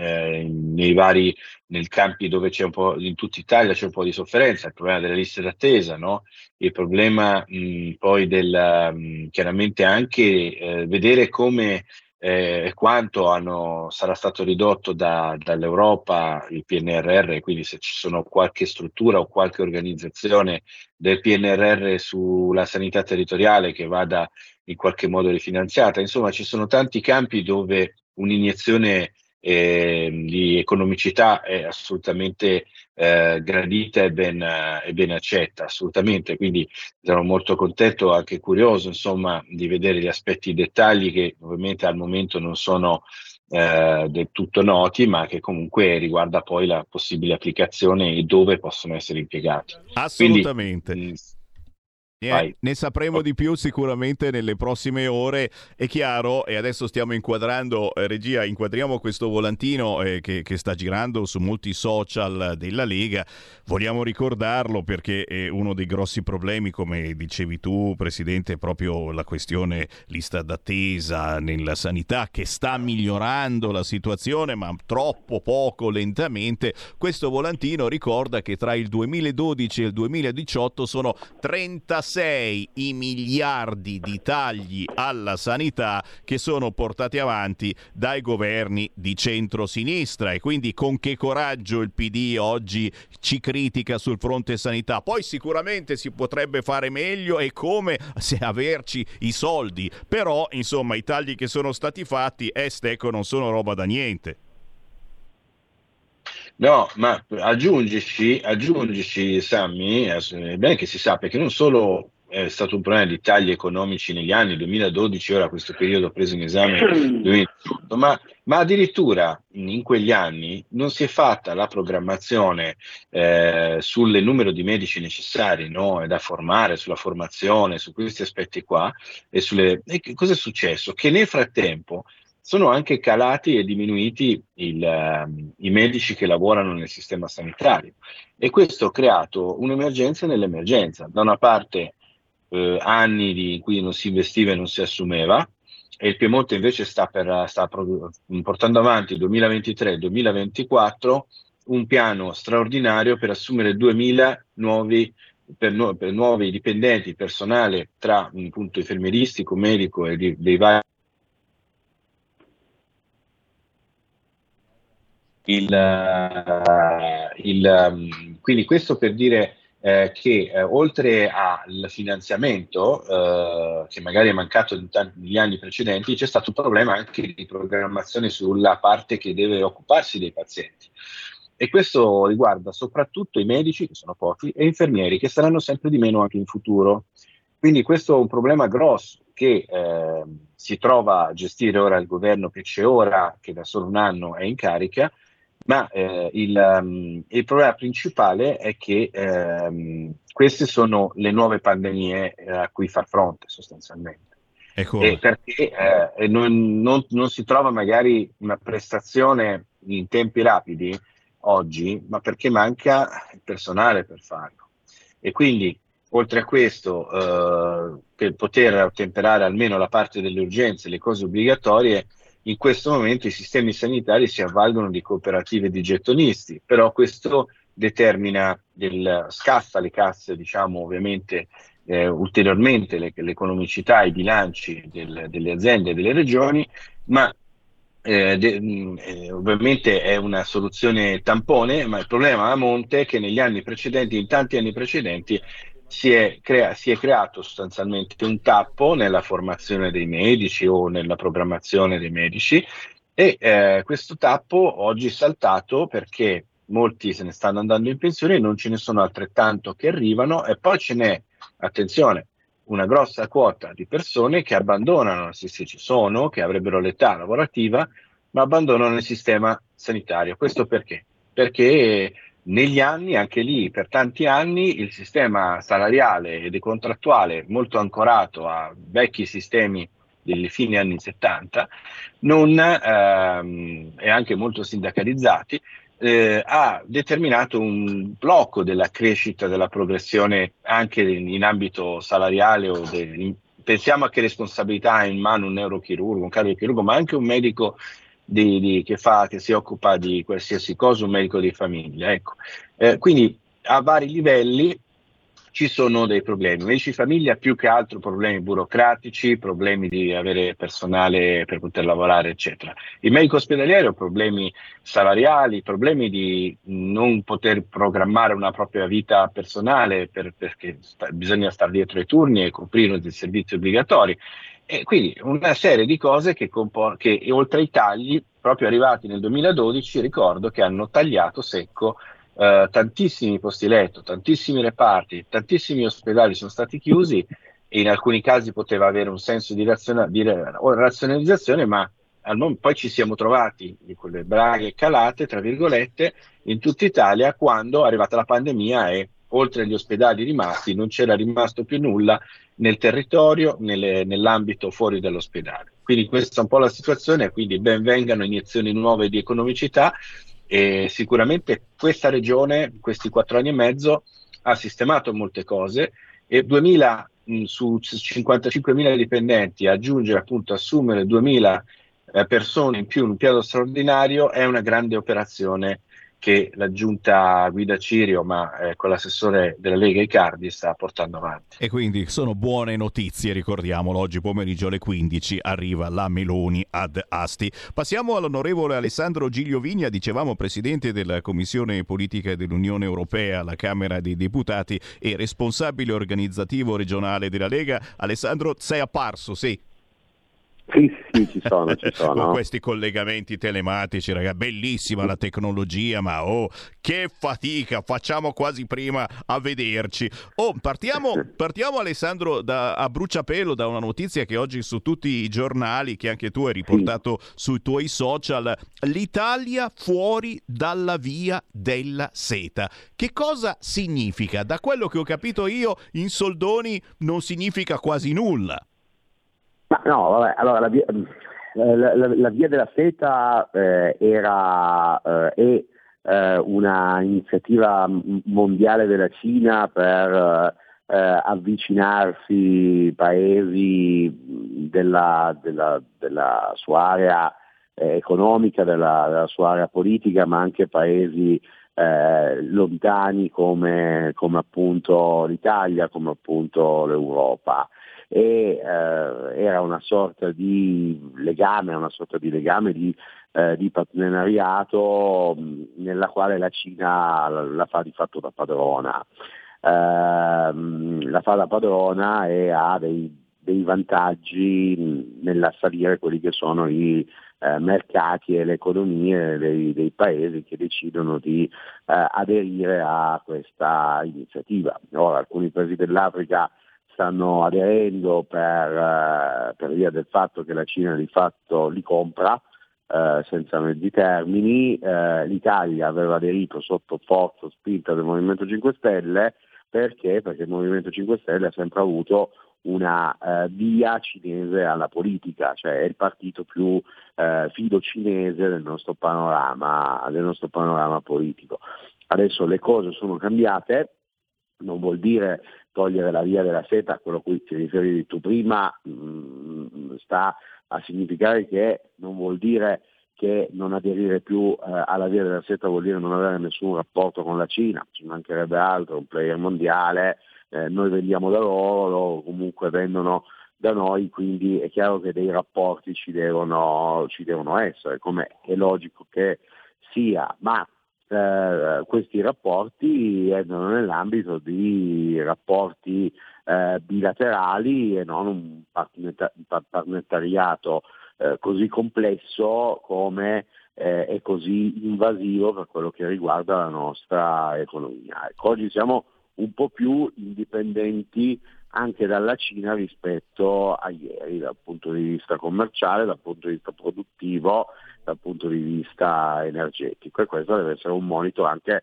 nei campi dove c'è un po', in tutta Italia c'è un po' di sofferenza, il problema delle liste d'attesa, no? Il problema poi chiaramente anche vedere come quanto sarà stato ridotto dall'Europa il PNRR, quindi se ci sono qualche struttura o qualche organizzazione del PNRR sulla sanità territoriale che vada in qualche modo rifinanziata. Insomma, ci sono tanti campi dove un'iniezione di economicità è assolutamente gradita e ben accetta, assolutamente. Quindi sono molto contento, anche curioso, insomma, di vedere gli aspetti, i dettagli che ovviamente al momento non sono del tutto noti, ma che comunque riguarda poi la possibile applicazione e dove possono essere impiegati. Assolutamente. Quindi, Ne sapremo di più sicuramente nelle prossime ore, è chiaro, e adesso stiamo inquadrando, regia, inquadriamo questo volantino che sta girando su molti social della Lega. Vogliamo ricordarlo perché è uno dei grossi problemi, come dicevi tu, Presidente, proprio la questione lista d'attesa nella sanità, che sta migliorando la situazione, ma troppo poco, lentamente. Questo volantino ricorda che tra il 2012 e il 2018 sono 36 i miliardi di tagli alla sanità che sono portati avanti dai governi di centrosinistra, e quindi con che coraggio il PD oggi ci critica sul fronte sanità. Poi sicuramente si potrebbe fare meglio, e come, se averci i soldi, però insomma i tagli che sono stati fatti non sono roba da niente. No, ma aggiungici Sammy, è bene che si sappia che non solo è stato un problema di tagli economici negli anni 2012, ora questo periodo preso in esame 2018, ma addirittura in quegli anni non si è fatta la programmazione sul numero di medici necessari, no? Da formare, sulla formazione, su questi aspetti qua, e cosa è successo? Che nel frattempo sono anche calati e diminuiti i medici che lavorano nel sistema sanitario, e questo ha creato un'emergenza nell'emergenza. Da una parte anni in cui non si investiva e non si assumeva, e il Piemonte invece sta portando avanti 2023-2024 un piano straordinario per assumere 2000 nuovi dipendenti, personale tra appunto infermieristico, medico e dei vari. Quindi questo per dire che oltre al finanziamento che magari è mancato negli anni precedenti, c'è stato un problema anche di programmazione sulla parte che deve occuparsi dei pazienti, e questo riguarda soprattutto i medici, che sono pochi, e infermieri, che saranno sempre di meno anche in futuro. Quindi questo è un problema grosso che si trova a gestire ora il governo che c'è ora, che da solo un anno è in carica. Ma il problema principale è che queste sono le nuove pandemie a cui far fronte sostanzialmente. E perché non si trova magari una prestazione in tempi rapidi oggi, ma perché manca il personale per farlo. E quindi, oltre a questo, per poter ottemperare almeno la parte delle urgenze, le cose obbligatorie, in questo momento i sistemi sanitari si avvalgono di cooperative di gettonisti, però questo determina scassa le casse, diciamo, ovviamente ulteriormente l'economicità, i bilanci delle aziende e delle regioni, ma ovviamente è una soluzione tampone, ma il problema a monte è che in tanti anni precedenti, si è creato sostanzialmente un tappo nella formazione dei medici o nella programmazione dei medici, e questo tappo oggi è saltato perché molti se ne stanno andando in pensione, non ce ne sono altrettanto che arrivano, e poi ce n'è, attenzione, una grossa quota di persone che abbandonano, se ci sono, che avrebbero l'età lavorativa, ma abbandonano il sistema sanitario. Questo perché? Perché negli anni, anche lì, per tanti anni, il sistema salariale ed contrattuale, molto ancorato a vecchi sistemi dei fine anni 70, e anche molto sindacalizzati, ha determinato un blocco della crescita, della progressione anche in ambito salariale. Pensiamo a che responsabilità ha in mano un neurochirurgo, un cardiochirurgo, ma anche un medico che si occupa di qualsiasi cosa, un medico di famiglia, ecco. Quindi a vari livelli ci sono dei problemi. Medici di famiglia più che altro problemi burocratici, problemi di avere personale per poter lavorare, eccetera. Il medico ospedaliero problemi salariali, problemi di non poter programmare una propria vita personale perché bisogna stare dietro ai turni e coprire dei servizi obbligatori. E quindi una serie di cose che oltre ai tagli, proprio arrivati nel 2012, ricordo che hanno tagliato secco tantissimi posti letto, tantissimi reparti, tantissimi ospedali sono stati chiusi, e in alcuni casi poteva avere un senso di razionalizzazione, ma poi ci siamo trovati di quelle braghe calate, tra virgolette, in tutta Italia, quando è arrivata la pandemia e oltre agli ospedali rimasti, non c'era rimasto più nulla nel territorio, nell'ambito fuori dall'ospedale. Quindi questa è un po' la situazione, quindi ben vengano iniezioni nuove di economicità, e sicuramente questa regione, questi 4 anni e mezzo, ha sistemato molte cose, e 2000 su 55.000 dipendenti, aggiungere appunto, assumere 2.000 persone in più in un piano straordinario è una grande operazione che la giunta guida Cirio, ma con l'assessore della Lega Icardi, sta portando avanti. E quindi sono buone notizie, ricordiamolo, oggi pomeriggio alle 15 arriva la Meloni ad Asti. Passiamo all'onorevole Alessandro Giglio Vigna, dicevamo presidente della Commissione Politica dell'Unione Europea alla Camera dei Deputati e responsabile organizzativo regionale della Lega. Alessandro, sei apparso, sì? Sì, ci sono. Con questi collegamenti telematici, raga, bellissima la tecnologia, ma che fatica, facciamo quasi prima a vederci. Partiamo Alessandro a bruciapelo da una notizia che oggi su tutti i giornali, che anche tu hai riportato sui tuoi social: l'Italia fuori dalla via della seta. Che cosa significa? Da quello che ho capito io, in soldoni non significa quasi nulla. Ma no, vabbè, allora la via della seta era una iniziativa mondiale della Cina per avvicinarsi paesi della sua area economica, della sua area politica, ma anche paesi lontani come appunto l'Italia, come appunto l'Europa. E era una sorta di legame di partenariato nella quale la Cina la fa di fatto da padrona. La fa da padrona e ha dei vantaggi nell'assalire quelli che sono i mercati e le economie dei paesi che decidono di aderire a questa iniziativa. Ora, alcuni paesi dell'Africa stanno aderendo per via del fatto che la Cina di fatto li compra senza mezzi termini. L'Italia aveva aderito sotto forza spinta del Movimento 5 Stelle perché il Movimento 5 Stelle ha sempre avuto una via cinese alla politica, cioè è il partito più fido cinese del nostro panorama politico. Adesso le cose sono cambiate. Non vuol dire togliere la via della seta, a quello a cui ti riferivi tu prima, sta a significare che non vuol dire che non aderire più alla via della seta vuol dire non avere nessun rapporto con la Cina, ci mancherebbe altro, un player mondiale, noi vendiamo da loro comunque vendono da noi, quindi è chiaro che dei rapporti ci devono essere, come è logico che sia, ma questi rapporti entrano nell'ambito di rapporti bilaterali e non un partenariato così complesso come è così invasivo per quello che riguarda la nostra economia. Ecco, oggi siamo un po' più indipendenti anche dalla Cina rispetto a ieri, dal punto di vista commerciale, dal punto di vista produttivo, dal punto di vista energetico, e questo deve essere un monito anche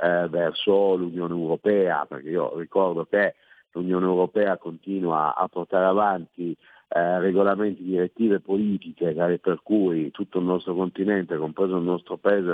verso l'Unione Europea, perché io ricordo che l'Unione Europea continua a portare avanti regolamenti, direttive politiche per cui tutto il nostro continente, compreso il nostro paese,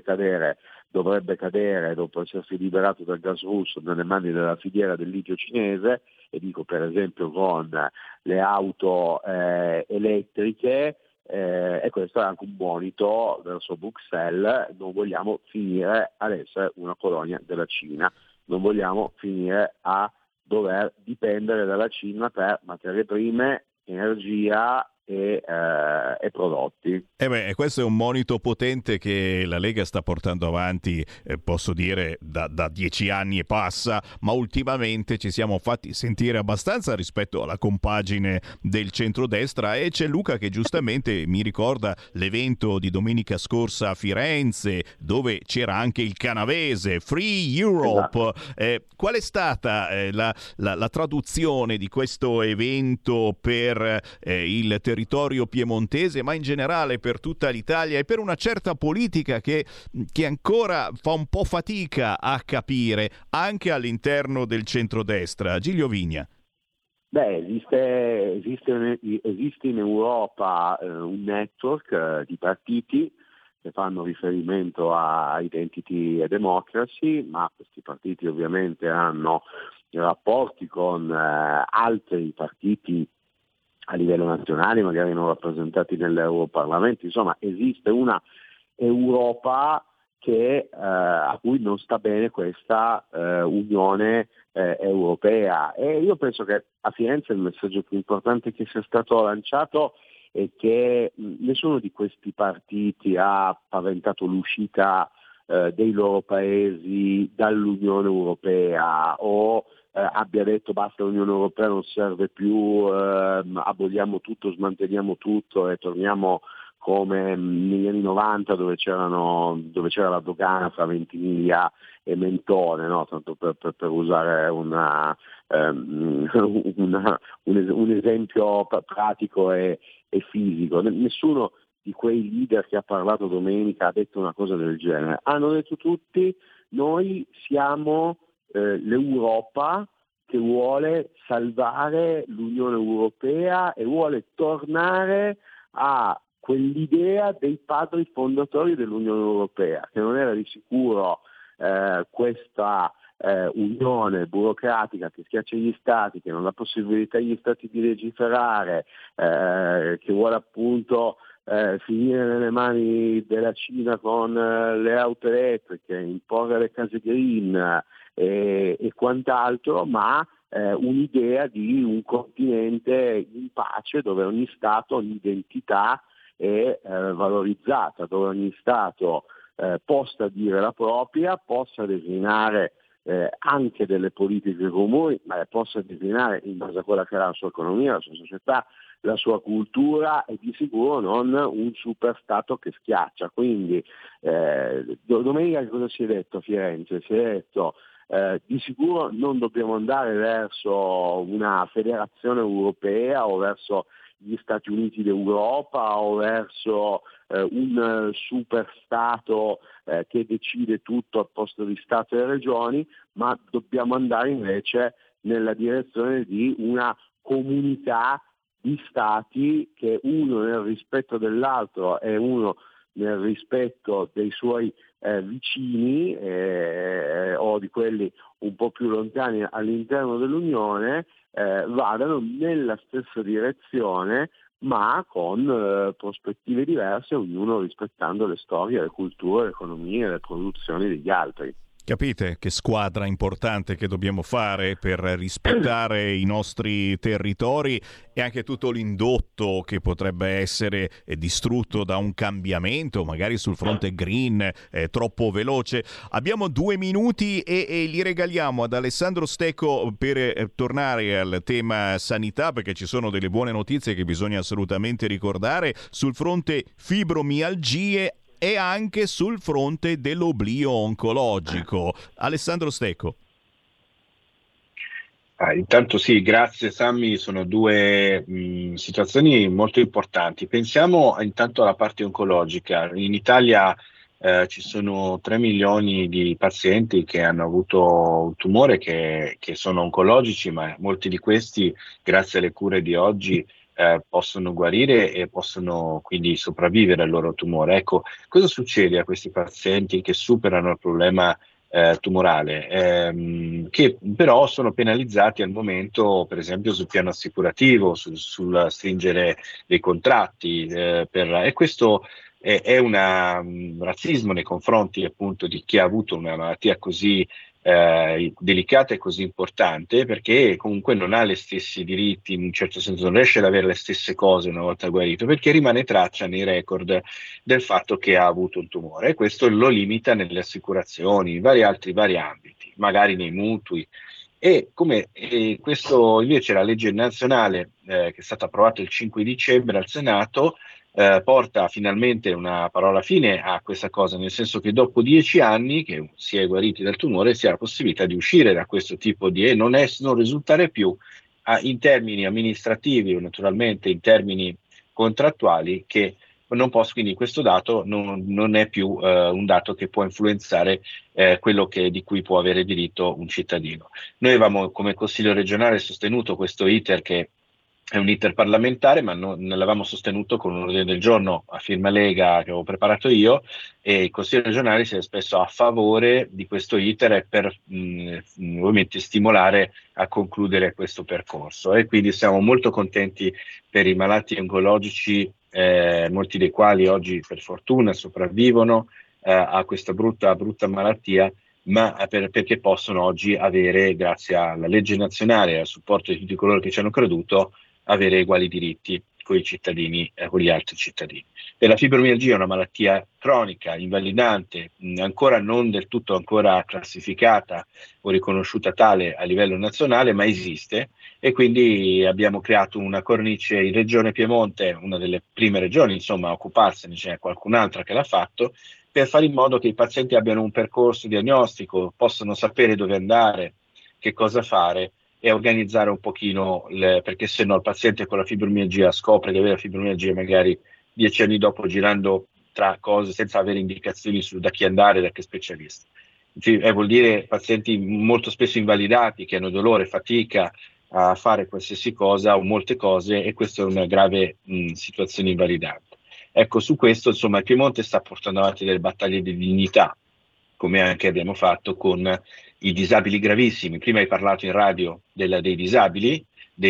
dovrebbe cadere dopo essersi liberato dal gas russo nelle mani della filiera del litio cinese, e dico per esempio con le auto elettriche, e questo è anche un monito verso Bruxelles. Non vogliamo finire ad essere una colonia della Cina, non vogliamo finire a dover dipendere dalla Cina per materie prime, energia e prodotti. Questo è un monito potente che la Lega sta portando avanti, posso dire da 10 anni e passa, ma ultimamente ci siamo fatti sentire abbastanza rispetto alla compagine del centrodestra, e c'è Luca che giustamente mi ricorda l'evento di domenica scorsa a Firenze, dove c'era anche il canavese Free Europe. Qual è stata la traduzione di questo evento per il territorio territorio piemontese, ma in generale per tutta l'Italia e per una certa politica che ancora fa un po' fatica a capire anche all'interno del centrodestra. Giglio Vigna. Esiste in Europa un network di partiti che fanno riferimento a Identity e Democracy, ma questi partiti ovviamente hanno rapporti con altri partiti a livello nazionale, magari non rappresentati nell'Europarlamento. Insomma, esiste una Europa a cui non sta bene questa Unione Europea, e io penso che a Firenze il messaggio più importante che sia stato lanciato è che nessuno di questi partiti ha paventato l'uscita dei loro paesi dall'Unione Europea o abbia detto basta, l'Unione Europea non serve più, aboliamo tutto, smantelliamo tutto e torniamo come negli anni 90 dove c'era la dogana fra Ventimiglia e Mentone, no? Tanto per usare un esempio pratico e fisico. Nessuno di quei leader che ha parlato domenica ha detto una cosa del genere. Hanno detto tutti: noi siamo l'Europa che vuole salvare l'Unione Europea e vuole tornare a quell'idea dei padri fondatori dell'Unione Europea, che non era di sicuro questa unione burocratica che schiaccia gli stati, che non dà possibilità agli stati di legiferare, che vuole appunto finire nelle mani della Cina con le auto elettriche, imporre le case green e quant'altro, ma un'idea di un continente in pace dove ogni Stato, ogni identità è valorizzata, dove ogni Stato possa dire la propria, possa designare anche delle politiche comuni, ma possa designare in base a quella che è la sua economia, la sua società, la sua cultura, e di sicuro non un superstato che schiaccia. Quindi domenica cosa si è detto a Firenze? Si è detto di sicuro non dobbiamo andare verso una federazione europea o verso gli Stati Uniti d'Europa o verso un superstato che decide tutto al posto di Stato e regioni, ma dobbiamo andare invece nella direzione di una comunità di Stati che uno nel rispetto dell'altro e uno nel rispetto dei suoi vicini o di quelli un po' più lontani all'interno dell'Unione vadano nella stessa direzione, ma con prospettive diverse, ognuno rispettando le storie, le culture, le economie e le produzioni degli altri. Capite che squadra importante che dobbiamo fare per rispettare i nostri territori e anche tutto l'indotto che potrebbe essere distrutto da un cambiamento, magari sul fronte green, troppo veloce. Abbiamo 2 minuti e li regaliamo ad Alessandro Stecco per tornare al tema sanità, perché ci sono delle buone notizie che bisogna assolutamente ricordare sul fronte fibromialgie e anche sul fronte dell'oblio oncologico. Alessandro Stecco. Intanto sì, grazie Sammy, sono due situazioni molto importanti. Pensiamo intanto alla parte oncologica. In Italia ci sono 3 milioni di pazienti che hanno avuto un tumore che sono oncologici, ma molti di questi, grazie alle cure di oggi, possono guarire e possono quindi sopravvivere al loro tumore. Ecco, cosa succede a questi pazienti che superano il problema tumorale, che però sono penalizzati al momento, per esempio sul piano assicurativo, sul stringere dei contratti, e questo è un razzismo nei confronti appunto di chi ha avuto una malattia così delicata e così importante, perché comunque non ha gli stessi diritti, in un certo senso non riesce ad avere le stesse cose una volta guarito, perché rimane traccia nei record del fatto che ha avuto un tumore, e questo lo limita nelle assicurazioni, in vari ambiti, magari nei mutui. E questo invece la legge nazionale che è stata approvata il 5 dicembre al Senato porta finalmente una parola fine a questa cosa, nel senso che dopo 10 anni che si è guariti dal tumore si ha la possibilità di uscire da questo tipo di non risultare più in termini amministrativi o naturalmente in termini contrattuali che non posso, quindi questo dato non è più un dato che può influenzare quello di cui può avere diritto un cittadino. Noi avevamo come Consiglio regionale sostenuto questo iter, che è un iter parlamentare, ma non l'avevamo sostenuto con un ordine del giorno a firma Lega che avevo preparato io, e il Consiglio regionale si è espresso a favore di questo iter e per ovviamente stimolare a concludere questo percorso, e quindi siamo molto contenti per i malati oncologici, molti dei quali oggi per fortuna sopravvivono a questa brutta malattia, ma perché possono oggi avere, grazie alla legge nazionale e al supporto di tutti coloro che ci hanno creduto, avere uguali diritti con i cittadini, con gli altri cittadini. E la fibromialgia è una malattia cronica, invalidante, ancora non del tutto ancora classificata o riconosciuta tale a livello nazionale, ma esiste, e quindi abbiamo creato una cornice in Regione Piemonte, una delle prime regioni insomma a occuparsene, c'è qualcun'altra che l'ha fatto, per fare in modo che i pazienti abbiano un percorso diagnostico, possano sapere dove andare, che cosa fare, e organizzare un pochino, perché se no il paziente con la fibromialgia scopre di avere la fibromialgia magari 10 anni dopo, girando tra cose senza avere indicazioni su da chi andare, da che specialista. Vuol dire pazienti molto spesso invalidati, che hanno dolore, fatica a fare qualsiasi cosa o molte cose, e questa è una grave situazione invalidante. Ecco, su questo insomma il Piemonte sta portando avanti delle battaglie di dignità, come anche abbiamo fatto con i disabili gravissimi. Prima hai parlato in radio dei disabili,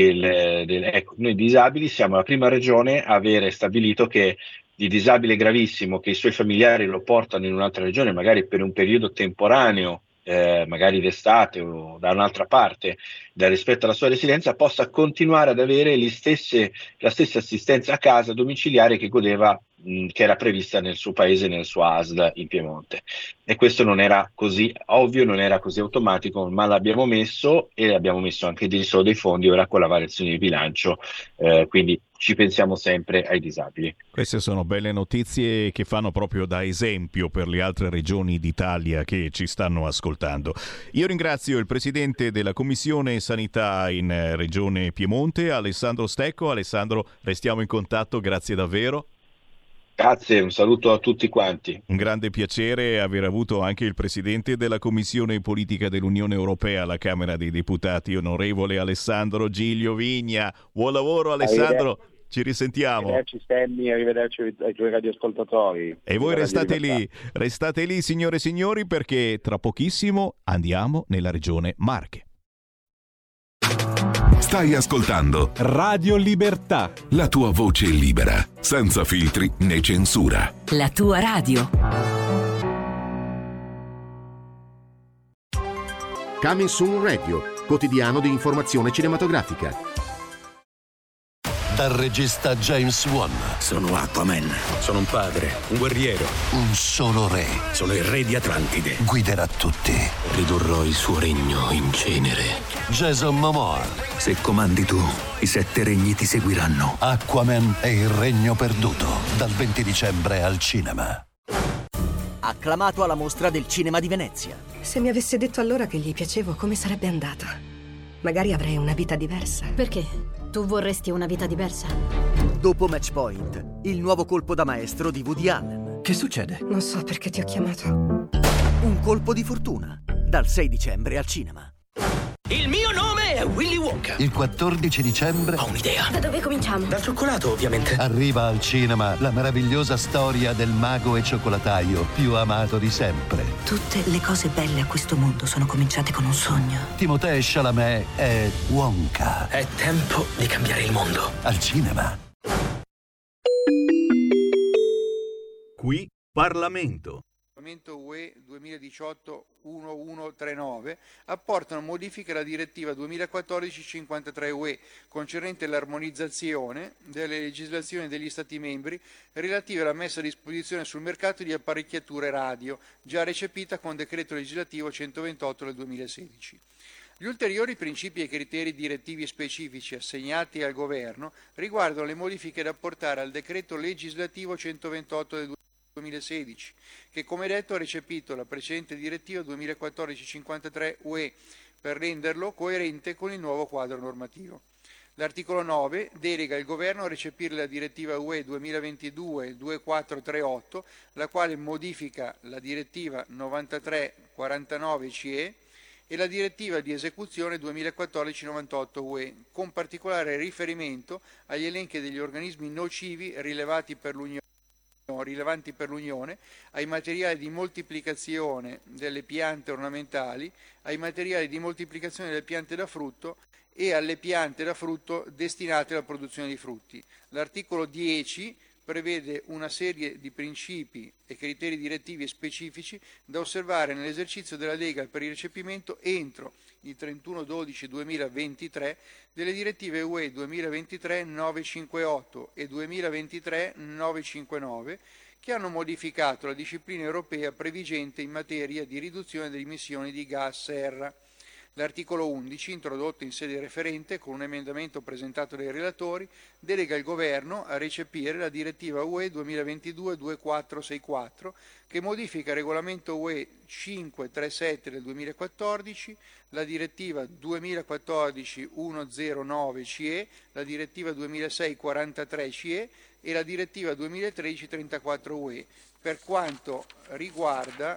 ecco, noi disabili siamo la prima regione a avere stabilito che il disabile gravissimo, che i suoi familiari lo portano in un'altra regione, magari per un periodo temporaneo, magari d'estate o da un'altra parte, rispetto alla sua residenza, possa continuare ad avere la stessa assistenza a casa domiciliare che godeva, che era prevista nel suo paese, nel suo ASL in Piemonte. E questo non era così ovvio, non era così automatico, ma l'abbiamo messo, e abbiamo messo anche solo dei fondi ora con la variazione di bilancio, quindi ci pensiamo sempre ai disabili. Queste sono belle notizie che fanno proprio da esempio per le altre regioni d'Italia che ci stanno ascoltando. Io ringrazio il presidente della Commissione Sanità in Regione Piemonte, Alessandro Stecco. Alessandro, restiamo in contatto, grazie davvero. Grazie, un saluto a tutti quanti. Un grande piacere aver avuto anche il presidente della Commissione Politica dell'Unione Europea alla Camera dei Deputati, onorevole Alessandro Giglio Vigna. Buon lavoro Alessandro, ci risentiamo. Arrivederci Sammy, arrivederci ai tuoi radioascoltatori. E voi restate lì signore e signori, perché tra pochissimo andiamo nella regione Marche. Stai ascoltando Radio Libertà, la tua voce libera, senza filtri né censura. La tua radio. Coming Soon Radio, quotidiano di informazione cinematografica. Dal regista James Wan. Sono Aquaman. Sono un padre, un guerriero. Un solo re. Sono il re di Atlantide. Guiderà tutti. Ridurrò il suo regno in cenere. Jason Momoa. Se comandi tu, i 7 regni ti seguiranno. Aquaman e il regno perduto. Dal 20 dicembre al cinema. Acclamato alla Mostra del Cinema di Venezia. Se mi avesse detto allora che gli piacevo, come sarebbe andata? Magari avrei una vita diversa. Perché? Tu vorresti una vita diversa? Dopo Match Point, il nuovo colpo da maestro di Woody Allen. Che succede? Non so perché ti ho chiamato. Un colpo di fortuna. Dal 6 dicembre al cinema. Il mio nome è Willy Wonka. Il 14 dicembre... Ho un'idea. Da dove cominciamo? Dal cioccolato, ovviamente. Arriva al cinema la meravigliosa storia del mago e cioccolataio più amato di sempre. Tutte le cose belle a questo mondo sono cominciate con un sogno. Timothée Chalamet è Wonka. È tempo di cambiare il mondo. Al cinema. Qui Parlamento. Il regolamento UE 2018-1139 apportano modifiche alla direttiva 2014-53 UE concernente l'armonizzazione delle legislazioni degli Stati membri relative alla messa a disposizione sul mercato di apparecchiature radio, già recepita con decreto legislativo 128 del 2016. Gli ulteriori principi e criteri direttivi specifici assegnati al Governo riguardano le modifiche da apportare al decreto legislativo 128 del 2016, che come detto ha recepito la precedente direttiva 2014-53 UE per renderlo coerente con il nuovo quadro normativo. L'articolo 9 delega il governo a recepire la direttiva UE 2022-2438, la quale modifica la direttiva 93/49/CE e la direttiva di esecuzione 2014/98 UE, con particolare riferimento agli elenchi degli organismi nocivi rilevanti per l'Unione, ai materiali di moltiplicazione delle piante ornamentali, ai materiali di moltiplicazione delle piante da frutto e alle piante da frutto destinate alla produzione di frutti. L'articolo 10 prevede una serie di principi e criteri direttivi specifici da osservare nell'esercizio della delega per il recepimento entro il 31/12/2023 delle direttive UE 2023/958 e 2023/959 che hanno modificato la disciplina europea previgente in materia di riduzione delle emissioni di gas serra. L'articolo 11, introdotto in sede referente con un emendamento presentato dai relatori, delega il Governo a recepire la direttiva UE 2022-2464 che modifica il regolamento UE 537 del 2014, la direttiva 2014/109/CE, la direttiva 2006/43/CE e la direttiva 2013/34/UE per quanto riguarda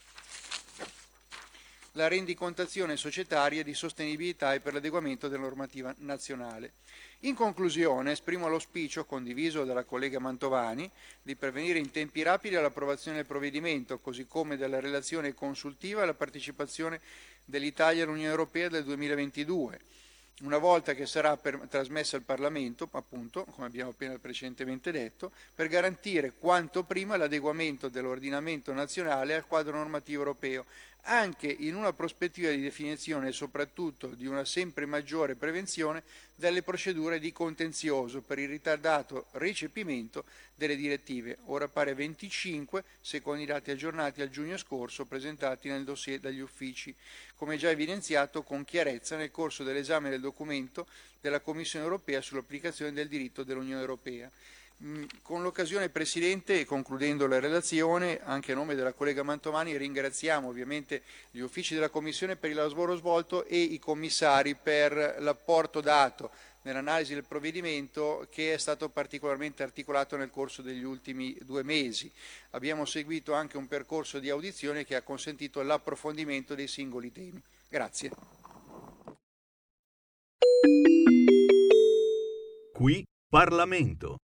la rendicontazione societaria di sostenibilità e per l'adeguamento della normativa nazionale. In conclusione, esprimo l'auspicio, condiviso dalla collega Mantovani, di pervenire in tempi rapidi all'approvazione del provvedimento, così come della relazione consultiva alla partecipazione dell'Italia all'Unione Europea del 2022. Una volta che sarà trasmessa al Parlamento, appunto, come abbiamo appena precedentemente detto, per garantire quanto prima l'adeguamento dell'ordinamento nazionale al quadro normativo europeo, anche in una prospettiva di definizione e soprattutto di una sempre maggiore prevenzione delle procedure di contenzioso per il ritardato recepimento delle direttive, ora pari a 25, secondo i dati aggiornati al giugno scorso presentati nel dossier dagli uffici, come già evidenziato con chiarezza nel corso dell'esame del documento della Commissione europea sull'applicazione del diritto dell'Unione Europea. Con l'occasione, Presidente, e concludendo la relazione, anche a nome della collega Mantovani, ringraziamo ovviamente gli uffici della Commissione per il lavoro svolto e i commissari per l'apporto dato nell'analisi del provvedimento che è stato particolarmente articolato nel corso degli ultimi 2 mesi. Abbiamo seguito anche un percorso di audizione che ha consentito l'approfondimento dei singoli temi. Grazie. Qui Parlamento.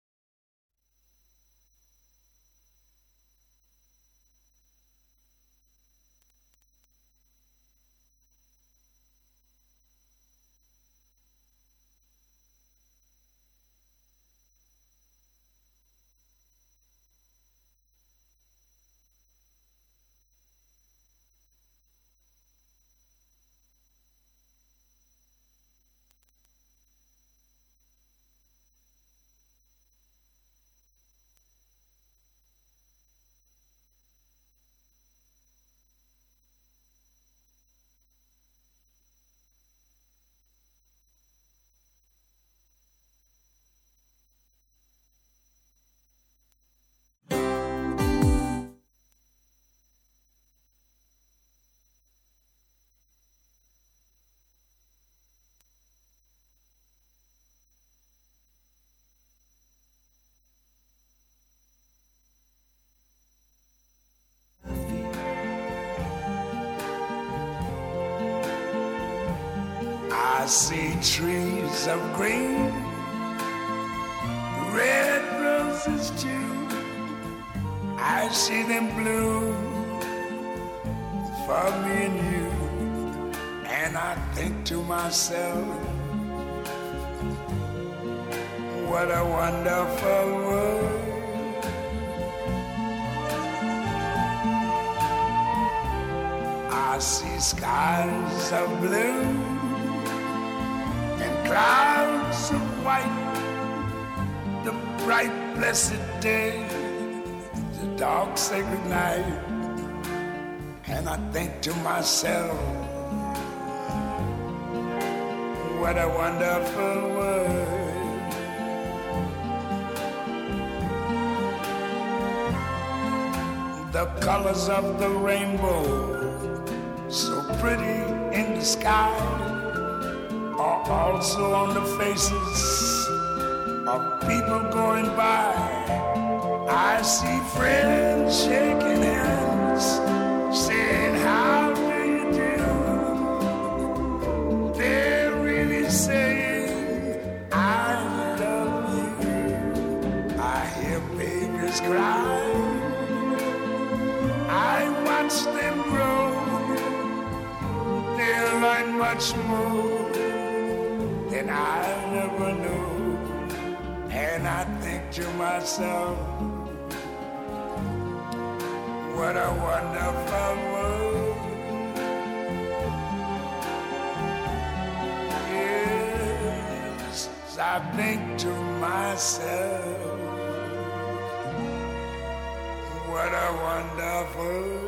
I see trees of green, red roses too. I see them bloom for me and you. And I think to myself, what a wonderful world. I see skies of blue and clouds of white, the bright blessed day, the dark sacred night. And I think to myself, what a wonderful world. The colors of the rainbow, so pretty in the sky, are also on the faces of people going by. I see friends shaking hands, saying, how do you do? They're really saying, I love you. I hear babies cry. I watch them grow. They'll learn much more than I never knew. And I think to myself, what a wonderful world. Yes, I think to myself, what a wonderful world.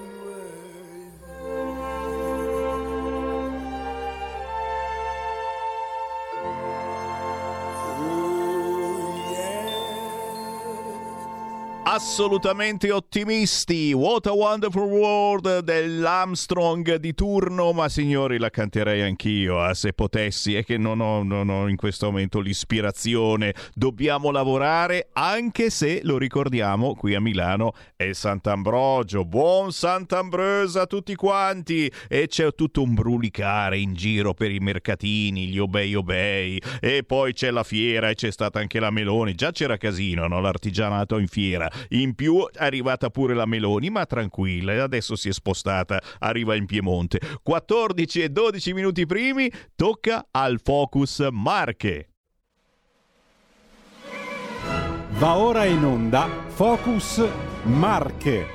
Assolutamente ottimisti. What a Wonderful World dell'Armstrong di turno, ma signori la canterei anch'io se potessi, è che non ho in questo momento l'ispirazione. Dobbiamo lavorare, anche se lo ricordiamo qui a Milano è Sant'Ambrogio. Buon Sant'Ambrogio a tutti quanti, e c'è tutto un brulicare in giro per i mercatini, gli obei, e poi c'è la fiera e c'è stata anche la Meloni. Già c'era casino, no? L'artigianato in fiera. In più è arrivata pure la Meloni, ma tranquilla, adesso si è spostata, arriva in Piemonte. 14 e 12 minuti primi, tocca al Focus Marche. Va ora in onda Focus Marche.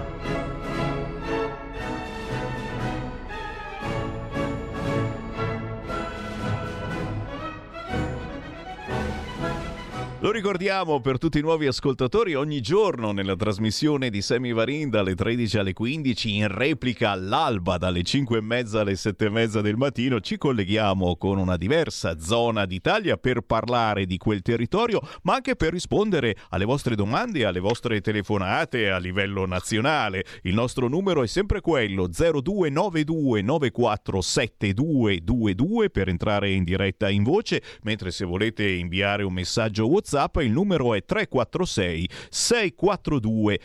Lo ricordiamo per tutti i nuovi ascoltatori, ogni giorno nella trasmissione di Sammy Varin dalle 13 alle 15, in replica all'alba dalle 5:30 alle 7:30 del mattino, ci colleghiamo con una diversa zona d'Italia per parlare di quel territorio, ma anche per rispondere alle vostre domande e alle vostre telefonate a livello nazionale. Il nostro numero è sempre quello, 0292 947222, per entrare in diretta in voce, mentre se volete inviare un messaggio WhatsApp il numero è 346 642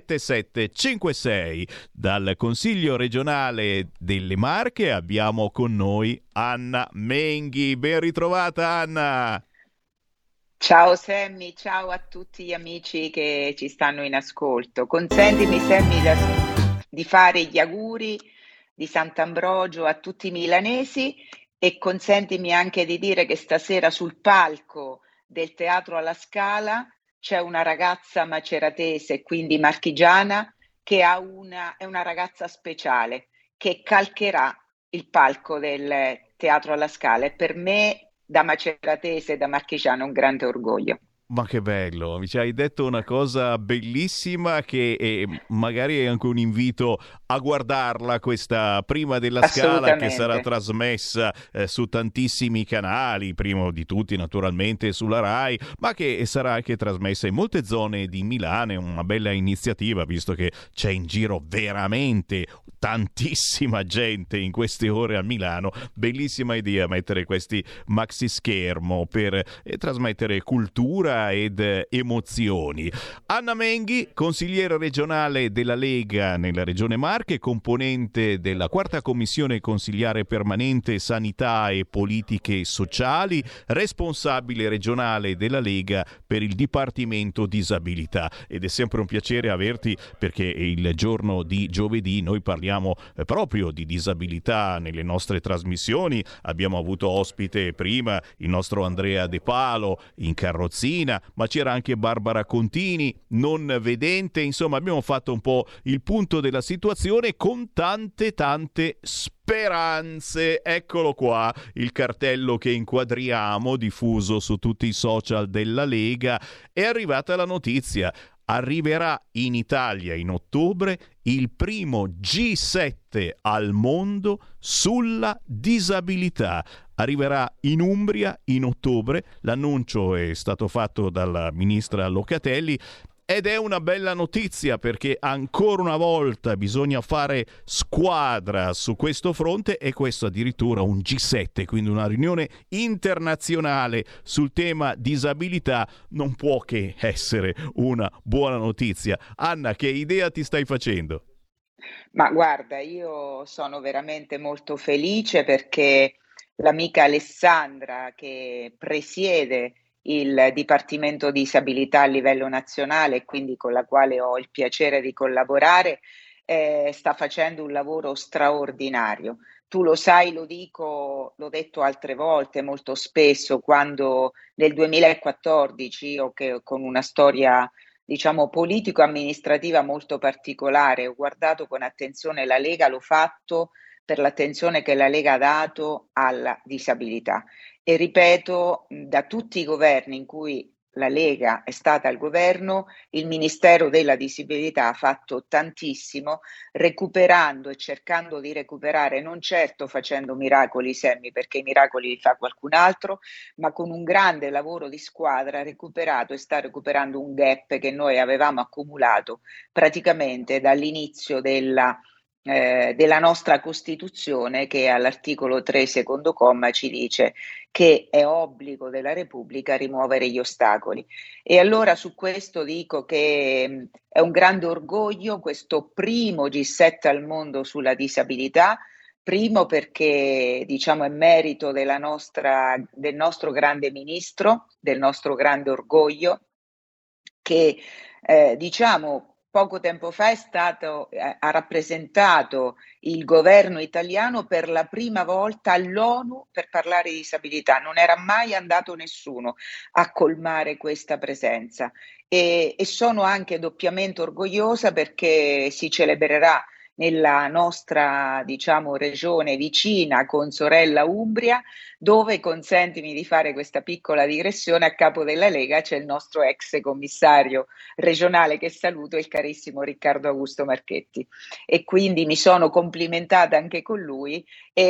7756. Dal Consiglio regionale delle Marche abbiamo con noi Anna Menghi. Ben ritrovata Anna. Ciao Sammy, ciao a tutti gli amici che ci stanno in ascolto. Consentimi Sammy di fare gli auguri di Sant'Ambrogio a tutti i milanesi, e consentimi anche di dire che stasera sul palco del Teatro alla Scala c'è una ragazza maceratese, quindi marchigiana, che è una ragazza speciale che calcherà il palco del Teatro alla Scala, e per me da maceratese, da marchigiana, un grande orgoglio. Ma che bello, mi ci hai detto una cosa bellissima, che magari è anche un invito a guardarla questa Prima della Scala, che sarà trasmessa su tantissimi canali, primo di tutti naturalmente sulla Rai, ma che sarà anche trasmessa in molte zone di Milano. È una bella iniziativa, visto che c'è in giro veramente tantissima gente in queste ore a Milano. Bellissima idea mettere questi maxi schermo per trasmettere cultura ed emozioni. Anna Menghi, consigliera regionale della Lega nella Regione Marche, componente della 4ª Commissione Consigliare Permanente Sanità e Politiche Sociali, responsabile regionale della Lega per il Dipartimento Disabilità. Ed è sempre un piacere averti, perché il giorno di giovedì noi parliamo proprio di disabilità nelle nostre trasmissioni. Abbiamo avuto ospite prima il nostro Andrea De Palo in carrozzina, ma c'era anche Barbara Contini, non vedente. Insomma, abbiamo fatto un po' il punto della situazione con tante speranze. Eccolo qua, il cartello che inquadriamo, diffuso su tutti i social della Lega. È arrivata la notizia. Arriverà in Italia in ottobre il primo G7 al mondo sulla disabilità. Arriverà in Umbria in ottobre, l'annuncio è stato fatto dalla ministra Locatelli. ed è una bella notizia perché ancora una volta bisogna fare squadra su questo fronte, e questo addirittura un G7, quindi una riunione internazionale sul tema disabilità, non può che essere una buona notizia. Anna, che idea ti stai facendo? Ma guarda, io sono veramente molto felice perché l'amica Alessandra, che presiede il Dipartimento Disabilità a livello nazionale e quindi con la quale ho il piacere di collaborare, sta facendo un lavoro straordinario. Tu lo sai, lo dico, l'ho detto altre volte, molto spesso, quando nel 2014 io, che con una storia diciamo politico-amministrativa molto particolare, ho guardato con attenzione la Lega, l'ho fatto per l'attenzione che la Lega ha dato alla disabilità. E ripeto, da tutti i governi in cui la Lega è stata al governo, il Ministero della Disabilità ha fatto tantissimo, recuperando e cercando di recuperare, non certo facendo miracoli, Semmi, perché i miracoli li fa qualcun altro, ma con un grande lavoro di squadra ha recuperato e sta recuperando un gap che noi avevamo accumulato praticamente dall'inizio della nostra Costituzione, che all'articolo 3 secondo comma ci dice che è obbligo della Repubblica rimuovere gli ostacoli. E allora su questo dico che è un grande orgoglio questo primo G7 al mondo sulla disabilità, primo perché diciamo è merito del nostro grande ministro, del nostro grande orgoglio, che diciamo poco tempo fa ha rappresentato il governo italiano per la prima volta all'ONU per parlare di disabilità. Non era mai andato nessuno a colmare questa presenza e sono anche doppiamente orgogliosa perché si celebrerà nella nostra, diciamo, regione vicina con sorella Umbria, dove, consentimi di fare questa piccola digressione, a capo della Lega c'è il nostro ex commissario regionale, che saluto, il carissimo Riccardo Augusto Marchetti, e quindi mi sono complimentata anche con lui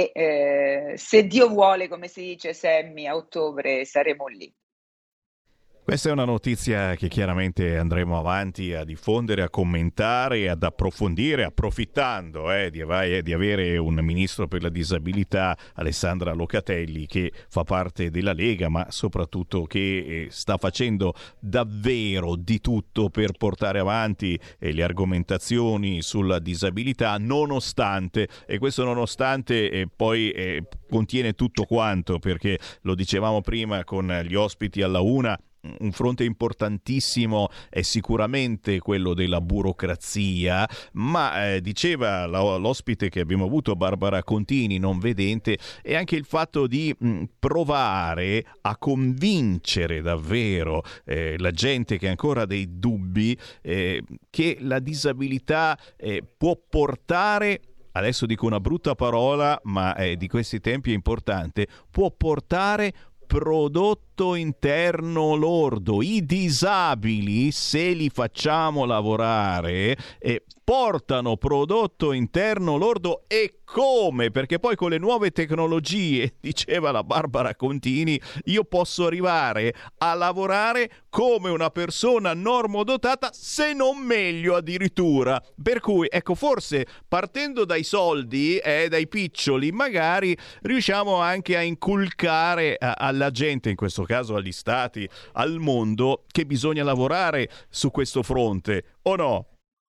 e se Dio vuole, come si dice Semmi, a ottobre saremo lì. Questa è una notizia che chiaramente andremo avanti a diffondere, a commentare, ad approfondire, approfittando di avere un ministro per la disabilità, Alessandra Locatelli, che fa parte della Lega, ma soprattutto che sta facendo davvero di tutto per portare avanti le argomentazioni sulla disabilità, nonostante, e questo nonostante poi contiene tutto quanto, perché lo dicevamo prima con gli ospiti alla una, un fronte importantissimo è sicuramente quello della burocrazia, ma diceva l'ospite che abbiamo avuto, Barbara Contini, non vedente, è anche il fatto di provare a convincere davvero la gente che ha ancora dei dubbi che la disabilità può portare, adesso dico una brutta parola, ma di questi tempi è importante, può portare prodotto interno lordo. I disabili, se li facciamo lavorare, portano prodotto interno lordo. E come? Perché poi con le nuove tecnologie, diceva la Barbara Contini, io posso arrivare a lavorare come una persona normodotata, se non meglio addirittura. Per cui, ecco, forse partendo dai soldi, dai piccioli, magari riusciamo anche a inculcare alla gente, in questo caso agli stati, al mondo, che bisogna lavorare su questo fronte, o no?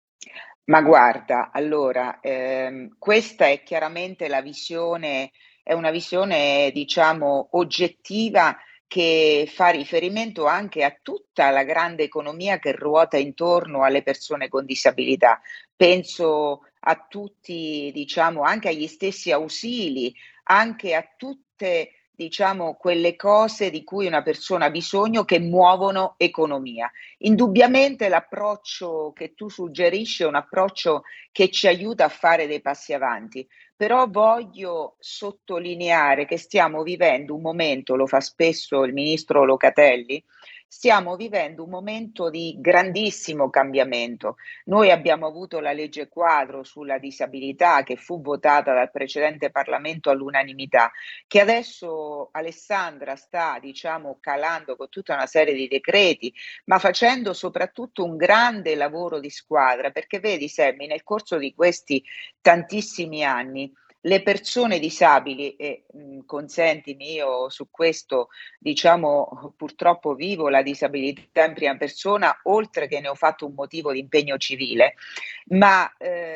Ma guarda, allora, questa è chiaramente la visione, è una visione, diciamo, oggettiva, che fa riferimento anche a tutta la grande economia che ruota intorno alle persone con disabilità. Penso a tutti, diciamo, anche agli stessi ausili, anche a tutte, diciamo, quelle cose di cui una persona ha bisogno, che muovono economia. Indubbiamente l'approccio che tu suggerisci è un approccio che ci aiuta a fare dei passi avanti, però voglio sottolineare che stiamo vivendo un momento, lo fa spesso il ministro Locatelli, stiamo vivendo un momento di grandissimo cambiamento. Noi abbiamo avuto la legge quadro sulla disabilità che fu votata dal precedente Parlamento all'unanimità, che adesso Alessandra sta, diciamo, calando con tutta una serie di decreti, ma facendo soprattutto un grande lavoro di squadra, perché vedi Sammy, nel corso di questi tantissimi anni le persone disabili, e consentimi, io su questo diciamo purtroppo vivo la disabilità in prima persona, oltre che ne ho fatto un motivo di impegno civile, ma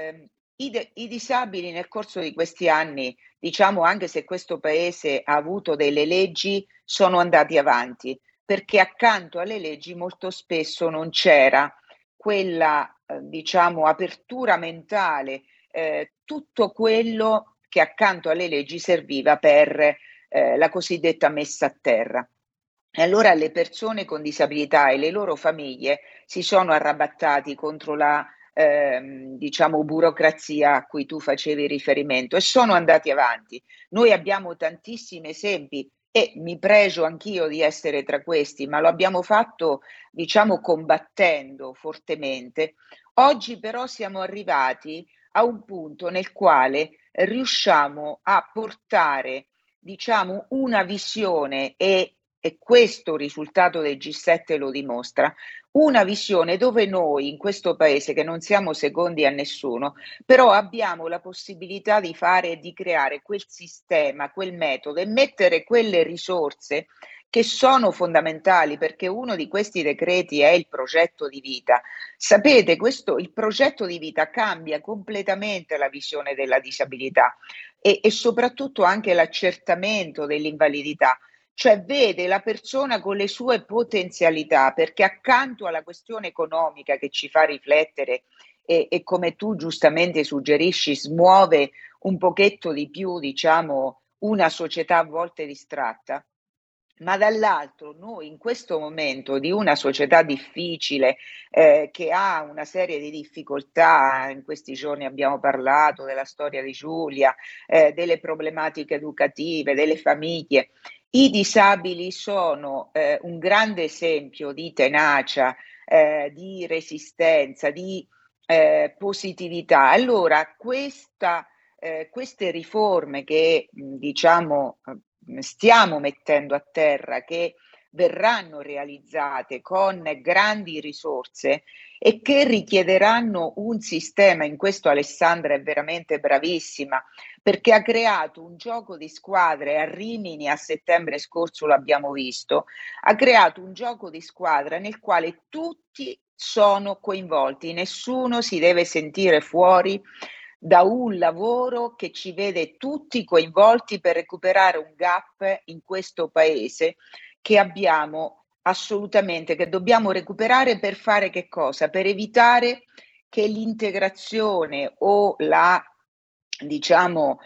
i disabili nel corso di questi anni, diciamo, anche se questo paese ha avuto delle leggi, sono andati avanti, perché accanto alle leggi molto spesso non c'era quella diciamo apertura mentale, tutto quello che accanto alle leggi serviva per la cosiddetta messa a terra. E allora le persone con disabilità e le loro famiglie si sono arrabattati contro la diciamo burocrazia a cui tu facevi riferimento e sono andati avanti. Noi abbiamo tantissimi esempi e mi pregio anch'io di essere tra questi, ma lo abbiamo fatto diciamo combattendo fortemente. Oggi però siamo arrivati a un punto nel quale riusciamo a portare, diciamo, una visione e questo risultato del G7 lo dimostra, una visione dove noi in questo paese, che non siamo secondi a nessuno, però abbiamo la possibilità di fare e di creare quel sistema, quel metodo e mettere quelle risorse che sono fondamentali, perché uno di questi decreti è il progetto di vita. Sapete, il progetto di vita cambia completamente la visione della disabilità e soprattutto anche l'accertamento dell'invalidità, cioè vede la persona con le sue potenzialità, perché accanto alla questione economica che ci fa riflettere e come tu giustamente suggerisci smuove un pochetto di più, diciamo, una società a volte distratta, ma dall'altro noi in questo momento di una società difficile che ha una serie di difficoltà, in questi giorni abbiamo parlato della storia di Giulia, delle problematiche educative, delle famiglie, i disabili sono un grande esempio di tenacia, di resistenza, di positività. Allora queste riforme che diciamo stiamo mettendo a terra, che verranno realizzate con grandi risorse e che richiederanno un sistema, in questo Alessandra è veramente bravissima, perché ha creato un gioco di squadre a Rimini a settembre scorso, lo abbiamo visto, ha creato un gioco di squadra nel quale tutti sono coinvolti, nessuno si deve sentire fuori da un lavoro che ci vede tutti coinvolti per recuperare un gap in questo paese che abbiamo assolutamente, che dobbiamo recuperare per fare che cosa? Per evitare che l'integrazione o la diciamo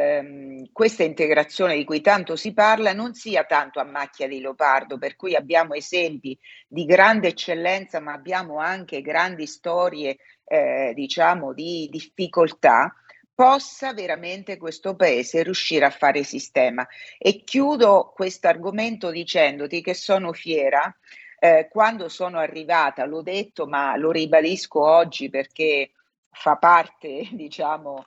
questa integrazione di cui tanto si parla non sia tanto a macchia di leopardo, per cui abbiamo esempi di grande eccellenza ma abbiamo anche grandi storie diciamo di difficoltà, possa veramente questo paese riuscire a fare sistema. E chiudo questo argomento dicendoti che sono fiera quando sono arrivata, l'ho detto ma lo ribadisco oggi perché fa parte diciamo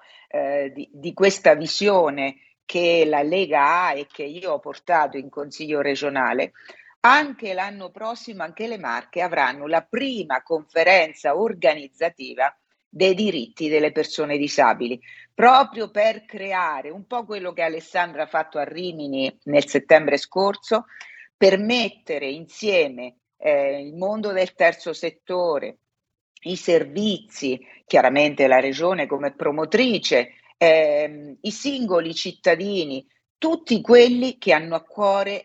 di questa visione che la Lega ha e che io ho portato in Consiglio regionale. Anche l'anno prossimo anche le Marche avranno la prima conferenza organizzativa dei diritti delle persone disabili, proprio per creare un po' quello che Alessandra ha fatto a Rimini nel settembre scorso, per mettere insieme il mondo del terzo settore, i servizi, chiaramente la regione come promotrice, i singoli cittadini, tutti quelli che hanno a cuore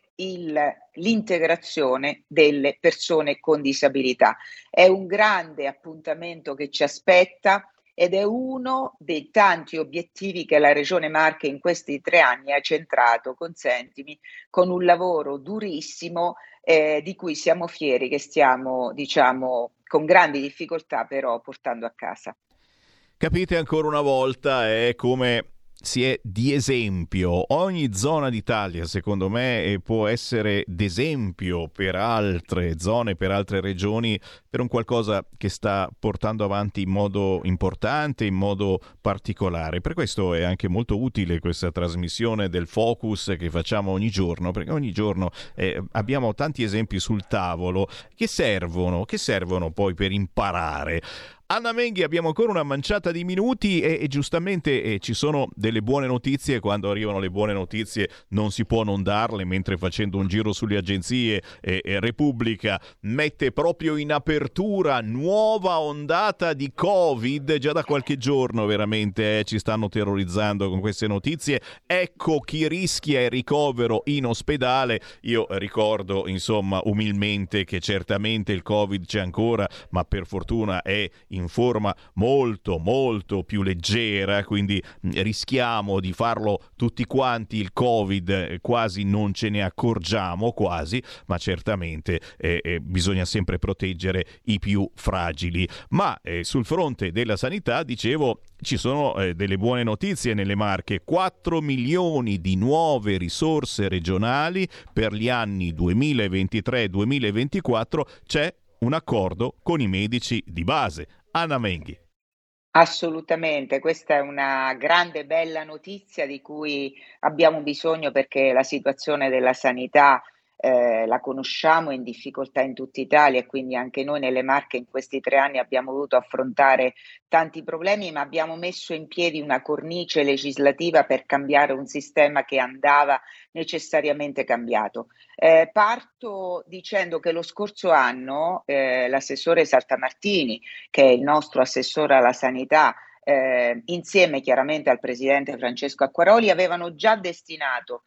l'integrazione delle persone con disabilità. È un grande appuntamento che ci aspetta ed è uno dei tanti obiettivi che la Regione Marche in questi 3 anni ha centrato, consentimi, con un lavoro durissimo di cui siamo fieri, che stiamo, diciamo, con grandi difficoltà però portando a casa. Capite ancora una volta è come si è di esempio. Ogni zona d'Italia, secondo me, può essere d'esempio per altre zone, per altre regioni, per un qualcosa che sta portando avanti in modo importante, in modo particolare. Per questo è anche molto utile questa trasmissione del Focus che facciamo ogni giorno, perché ogni giorno abbiamo tanti esempi sul tavolo che servono poi per imparare. Anna Menghi, abbiamo ancora una manciata di minuti e giustamente ci sono delle buone notizie. Quando arrivano le buone notizie non si può non darle, mentre facendo un giro sulle agenzie Repubblica mette proprio in apertura nuova ondata di Covid. Già da qualche giorno veramente ci stanno terrorizzando con queste notizie. Ecco chi rischia il ricovero in ospedale. Io ricordo insomma umilmente che certamente il Covid c'è ancora, ma per fortuna è in forma molto molto più leggera, quindi rischiamo di farlo tutti quanti il Covid, quasi non ce ne accorgiamo quasi, ma certamente bisogna sempre proteggere i più fragili. Ma sul fronte della sanità, dicevo, ci sono delle buone notizie nelle Marche: 4 milioni di nuove risorse regionali per gli anni 2023-2024, c'è un accordo con i medici di base. Anna Menghi. Assolutamente, questa è una grande bella notizia di cui abbiamo bisogno, perché la situazione della sanità la conosciamo, è in difficoltà in tutta Italia, e quindi anche noi nelle Marche in questi 3 anni abbiamo dovuto affrontare tanti problemi, ma abbiamo messo in piedi una cornice legislativa per cambiare un sistema che andava necessariamente cambiato. Parto dicendo che lo scorso anno l'assessore Saltamartini, che è il nostro assessore alla sanità, insieme chiaramente al presidente Francesco Acquaroli, avevano già destinato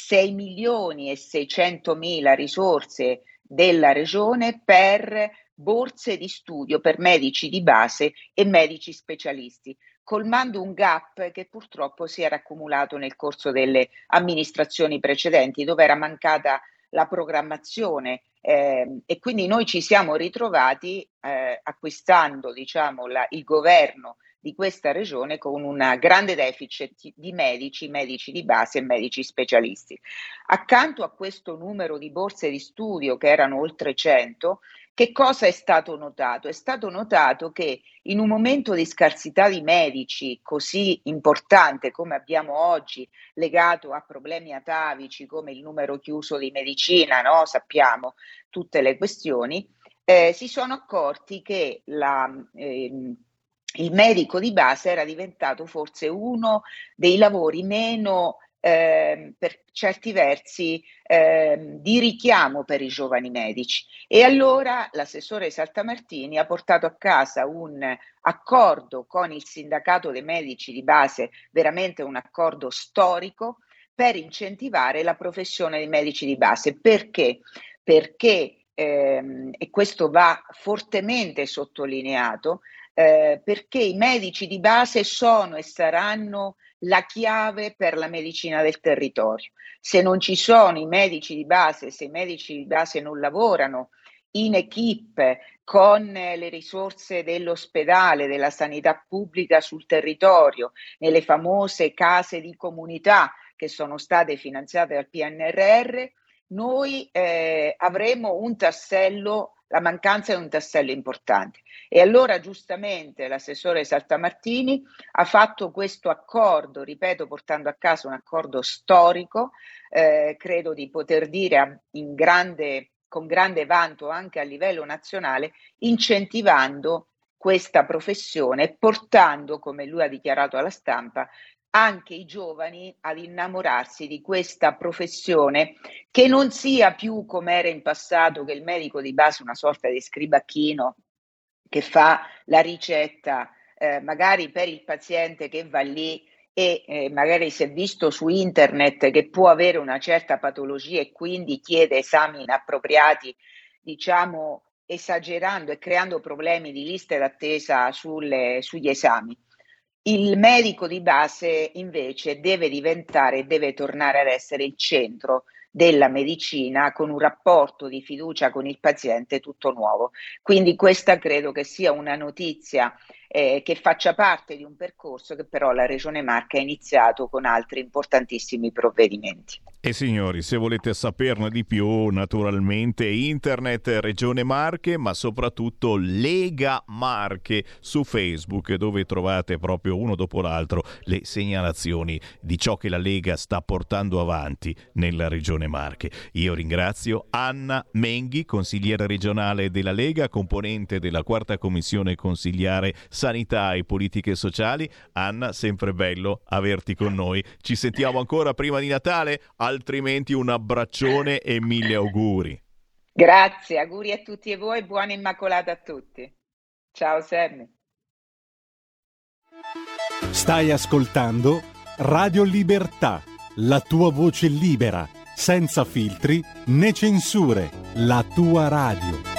6.600.000 risorse della regione per borse di studio per medici di base e medici specialisti, colmando un gap che purtroppo si era accumulato nel corso delle amministrazioni precedenti, dove era mancata la programmazione, e quindi noi ci siamo ritrovati acquistando, diciamo, il governo di questa regione con un grande deficit di medici di base e medici specialisti. Accanto a questo numero di borse di studio, che erano oltre 100, che cosa è stato notato? È stato notato che in un momento di scarsità di medici così importante come abbiamo oggi, legato a problemi atavici come il numero chiuso di medicina, no? Sappiamo tutte le questioni, si sono accorti che il medico di base era diventato forse uno dei lavori meno, per certi versi, di richiamo per i giovani medici. E allora l'assessore Saltamartini ha portato a casa un accordo con il sindacato dei medici di base, veramente un accordo storico, per incentivare la professione dei medici di base. Perché? Perché, e questo va fortemente sottolineato, perché i medici di base sono e saranno la chiave per la medicina del territorio. Se non ci sono i medici di base, se i medici di base non lavorano in equipe con le risorse dell'ospedale, della sanità pubblica sul territorio, nelle famose case di comunità che sono state finanziate dal PNRR, noi avremo un tassello, la mancanza è un tassello importante. E allora giustamente l'assessore Saltamartini ha fatto questo accordo, ripeto, portando a casa un accordo storico, credo di poter dire con grande vanto anche a livello nazionale, incentivando questa professione e portando, come lui ha dichiarato alla stampa, anche i giovani ad innamorarsi di questa professione, che non sia più come era in passato, che il medico di base è una sorta di scribacchino che fa la ricetta magari per il paziente che va lì e magari si è visto su internet che può avere una certa patologia e quindi chiede esami inappropriati, diciamo esagerando e creando problemi di liste d'attesa sugli esami. Il medico di base invece deve diventare, deve tornare ad essere il centro della medicina con un rapporto di fiducia con il paziente tutto nuovo. Quindi questa credo che sia una notizia che faccia parte di un percorso che però la Regione Marche ha iniziato con altri importantissimi provvedimenti. E signori, se volete saperne di più, naturalmente internet Regione Marche, ma soprattutto Lega Marche su Facebook, dove trovate proprio uno dopo l'altro le segnalazioni di ciò che la Lega sta portando avanti nella Regione Marche. Io ringrazio Anna Menghi, consigliere regionale della Lega, componente della 4ª commissione consigliare Sanità e Politiche Sociali. Anna, sempre bello averti con noi. Ci sentiamo ancora prima di Natale, altrimenti un abbraccione e 1000 auguri. Grazie, auguri a tutti e voi, buona Immacolata a tutti. Ciao Sammy. Stai ascoltando Radio Libertà, la tua voce libera, senza filtri né censure, la tua radio.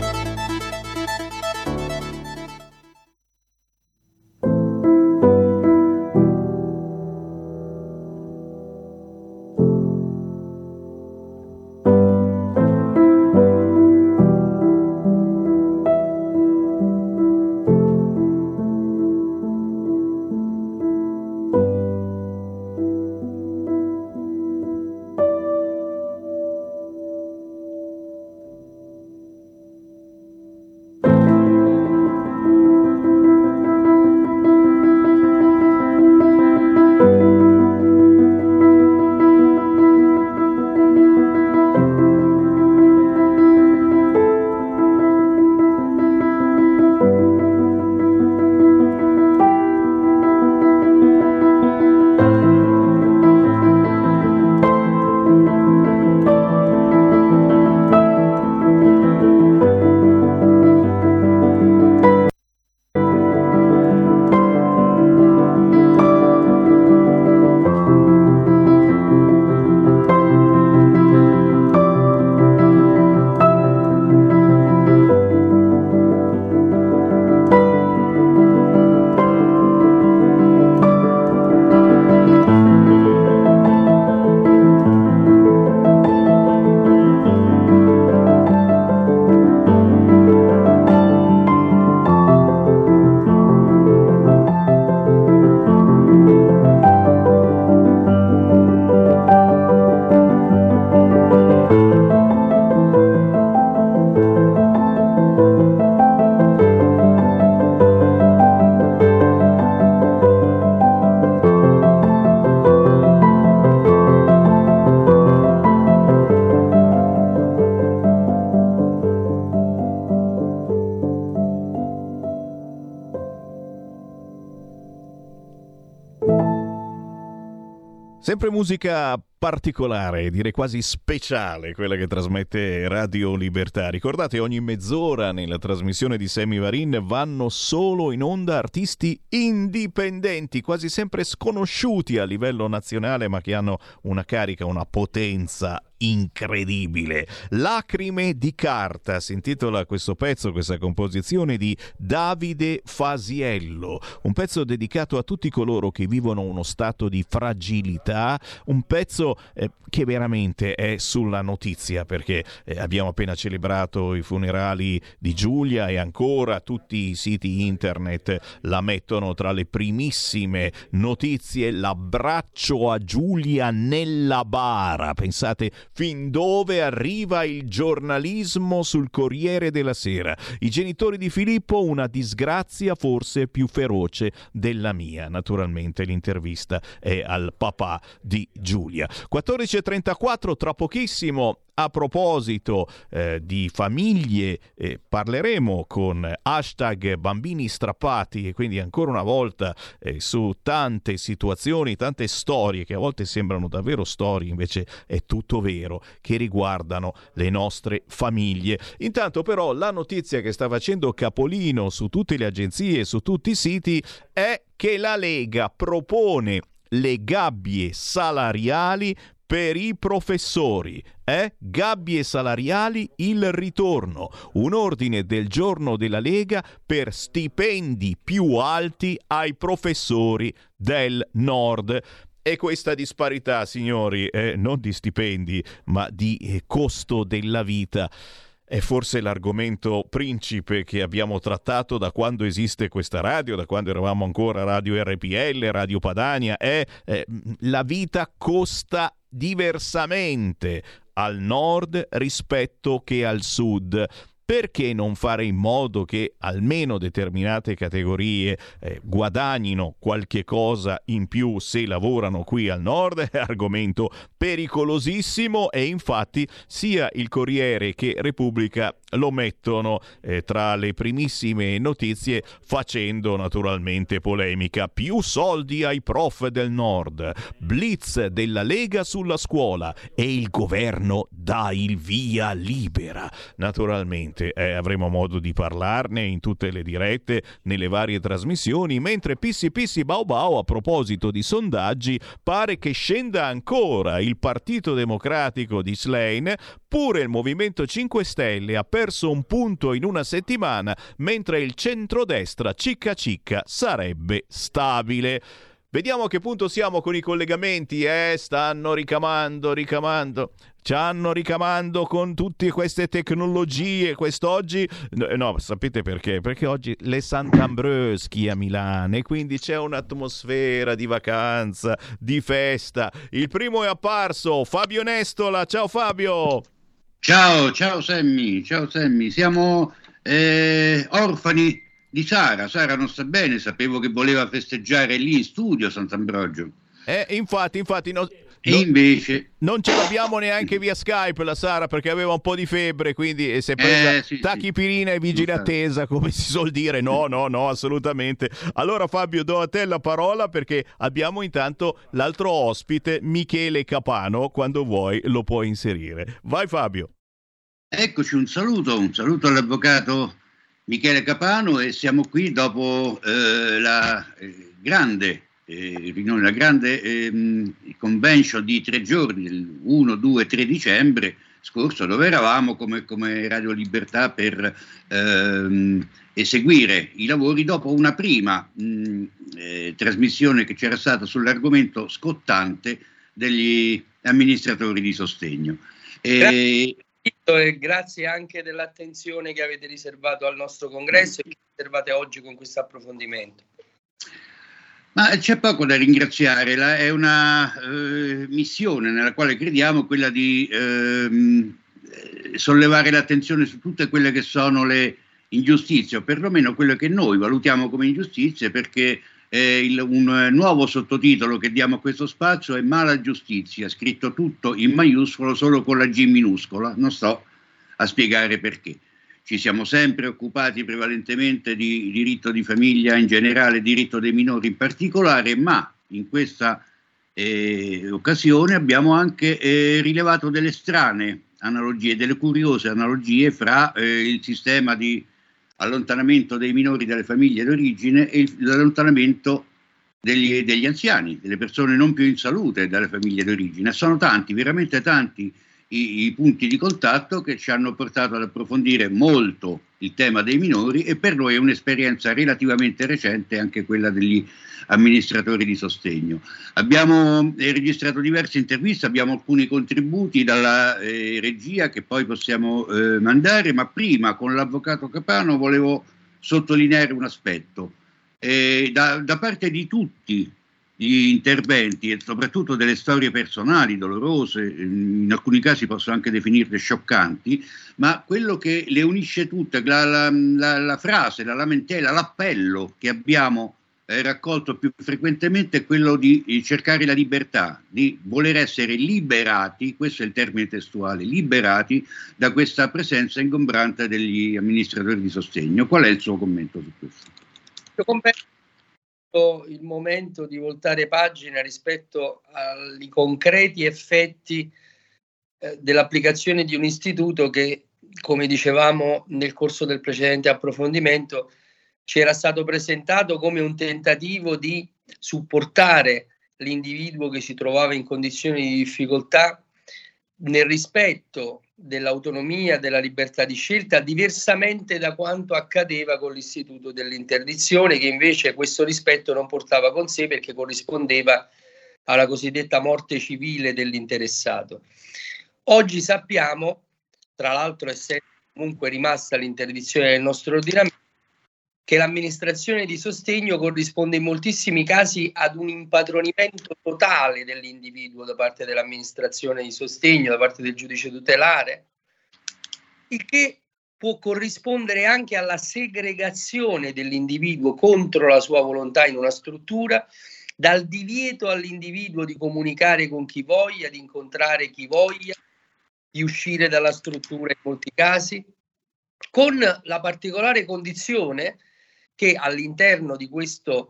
Sempre musica particolare, direi quasi speciale, quella che trasmette Radio Libertà. Ricordate, ogni mezz'ora nella trasmissione di Sammy Varin vanno solo in onda artisti indipendenti, quasi sempre sconosciuti a livello nazionale, ma che hanno una carica, una potenza incredibile. Lacrime di carta si intitola questo pezzo, questa composizione di Davide Fasiello, un pezzo dedicato a tutti coloro che vivono uno stato di fragilità, un pezzo che veramente è sulla notizia, perché abbiamo appena celebrato i funerali di Giulia e ancora tutti i siti internet la mettono tra le primissime notizie. L'abbraccio a Giulia nella bara, pensate fin dove arriva il giornalismo sul Corriere della Sera. I genitori di Filippo, una disgrazia forse più feroce della mia. Naturalmente l'intervista è al papà di Giulia. 14.34, tra pochissimo. A proposito di famiglie, parleremo con hashtag bambini strappati, e quindi ancora una volta su tante situazioni, tante storie che a volte sembrano davvero storie, invece è tutto vero, che riguardano le nostre famiglie. Intanto però la notizia che sta facendo capolino su tutte le agenzie, su tutti i siti, è che la Lega propone le gabbie salariali per i professori. Gabbie salariali, il ritorno. Un ordine del giorno della Lega per stipendi più alti ai professori del Nord. E questa disparità, signori, non di stipendi, ma di costo della vita, è forse l'argomento principe che abbiamo trattato da quando esiste questa radio, da quando eravamo ancora Radio RPL, Radio Padania. La vita costa diversamente al nord rispetto che al sud. Perché non fare in modo che almeno determinate categorie guadagnino qualche cosa in più se lavorano qui al nord? È argomento pericolosissimo, e infatti sia il Corriere che Repubblica lo mettono tra le primissime notizie, facendo naturalmente polemica. Più soldi ai prof del nord, blitz della Lega sulla scuola e il governo dà il via libera. Naturalmente avremo modo di parlarne in tutte le dirette, nelle varie trasmissioni, mentre pissi bau bau, a proposito di sondaggi, pare che scenda ancora il Partito Democratico di Schlein, pure il Movimento 5 Stelle ha perso un punto in una settimana, mentre il centrodestra cicca sarebbe stabile. Vediamo a che punto siamo con i collegamenti. Stanno ricamando. Ci hanno ricamando con tutte queste tecnologie. Quest'oggi, no, sapete perché? Perché oggi le Sant'Ambroschi a Milano, e quindi c'è un'atmosfera di vacanza, di festa. Il primo è apparso, Fabio Nestola. Ciao Fabio. Ciao Sammy. Siamo orfani di Sara. Sara non sta bene, sapevo che voleva festeggiare lì in studio Sant'Ambrogio. Infatti invece non ce l'abbiamo neanche via Skype la Sara, perché aveva un po' di febbre, quindi si è presa tachipirina e vigile attesa, come si suol dire. No, assolutamente. Allora Fabio, do a te la parola, perché abbiamo intanto l'altro ospite, Michele Capano. Quando vuoi lo puoi inserire. Vai Fabio. Eccoci, un saluto all'avvocato Michele Capano, e siamo qui dopo la grande convention di 3 giorni, il 1, 2, 3 dicembre scorso, dove eravamo come Radio Libertà per eseguire i lavori dopo una prima trasmissione che c'era stata sull'argomento scottante degli amministratori di sostegno. E grazie anche dell'attenzione che avete riservato al nostro congresso e che riservate oggi con questo approfondimento. Ma c'è poco da ringraziare, è una missione nella quale crediamo, quella di sollevare l'attenzione su tutte quelle che sono le ingiustizie, o perlomeno quelle che noi valutiamo come ingiustizie, perché un nuovo sottotitolo che diamo a questo spazio è Mala giustizia, scritto tutto in maiuscolo solo con la G minuscola. Non sto a spiegare perché. Ci siamo sempre occupati prevalentemente di diritto di famiglia in generale, diritto dei minori in particolare, ma in questa occasione abbiamo anche rilevato delle strane analogie, delle curiose analogie fra il sistema di allontanamento dei minori dalle famiglie d'origine e l'allontanamento degli anziani, delle persone non più in salute dalle famiglie d'origine. Sono tanti, veramente tanti, i punti di contatto che ci hanno portato ad approfondire molto il tema dei minori, e per noi è un'esperienza relativamente recente anche quella degli amministratori di sostegno. Abbiamo registrato diverse interviste, abbiamo alcuni contributi dalla regia che poi possiamo mandare, ma prima con l'avvocato Capano volevo sottolineare un aspetto. Da parte di tutti gli interventi e soprattutto delle storie personali dolorose, in alcuni casi posso anche definirle scioccanti, ma quello che le unisce tutte, la frase, la lamentela, l'appello che abbiamo raccolto più frequentemente è quello di cercare la libertà, di voler essere liberati, questo è il termine testuale, liberati da questa presenza ingombrante degli amministratori di sostegno. Qual è il suo commento su questo? Il momento di voltare pagina rispetto ai concreti effetti dell'applicazione di un istituto che, come dicevamo nel corso del precedente approfondimento, ci era stato presentato come un tentativo di supportare l'individuo che si trovava in condizioni di difficoltà nel rispetto dell'autonomia, della libertà di scelta, diversamente da quanto accadeva con l'istituto dell'interdizione, che invece questo rispetto non portava con sé, perché corrispondeva alla cosiddetta morte civile dell'interessato. Oggi sappiamo, tra l'altro essendo comunque rimasta l'interdizione del nostro ordinamento, che l'amministrazione di sostegno corrisponde in moltissimi casi ad un impadronimento totale dell'individuo da parte dell'amministrazione di sostegno, da parte del giudice tutelare, il che può corrispondere anche alla segregazione dell'individuo contro la sua volontà in una struttura, dal divieto all'individuo di comunicare con chi voglia, di incontrare chi voglia, di uscire dalla struttura in molti casi, con la particolare condizione che all'interno di questo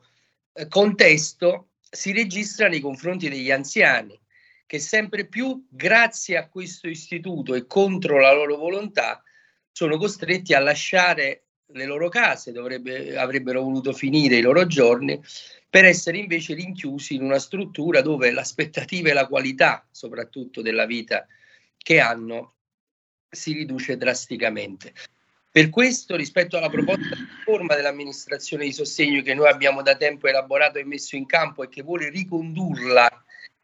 contesto si registra nei confronti degli anziani, che sempre più, grazie a questo istituto e contro la loro volontà, sono costretti a lasciare le loro case, avrebbero voluto finire i loro giorni, per essere invece rinchiusi in una struttura dove l'aspettativa e la qualità, soprattutto della vita che hanno, si riduce drasticamente. Per questo, rispetto alla proposta di riforma dell'amministrazione di sostegno che noi abbiamo da tempo elaborato e messo in campo e che vuole ricondurla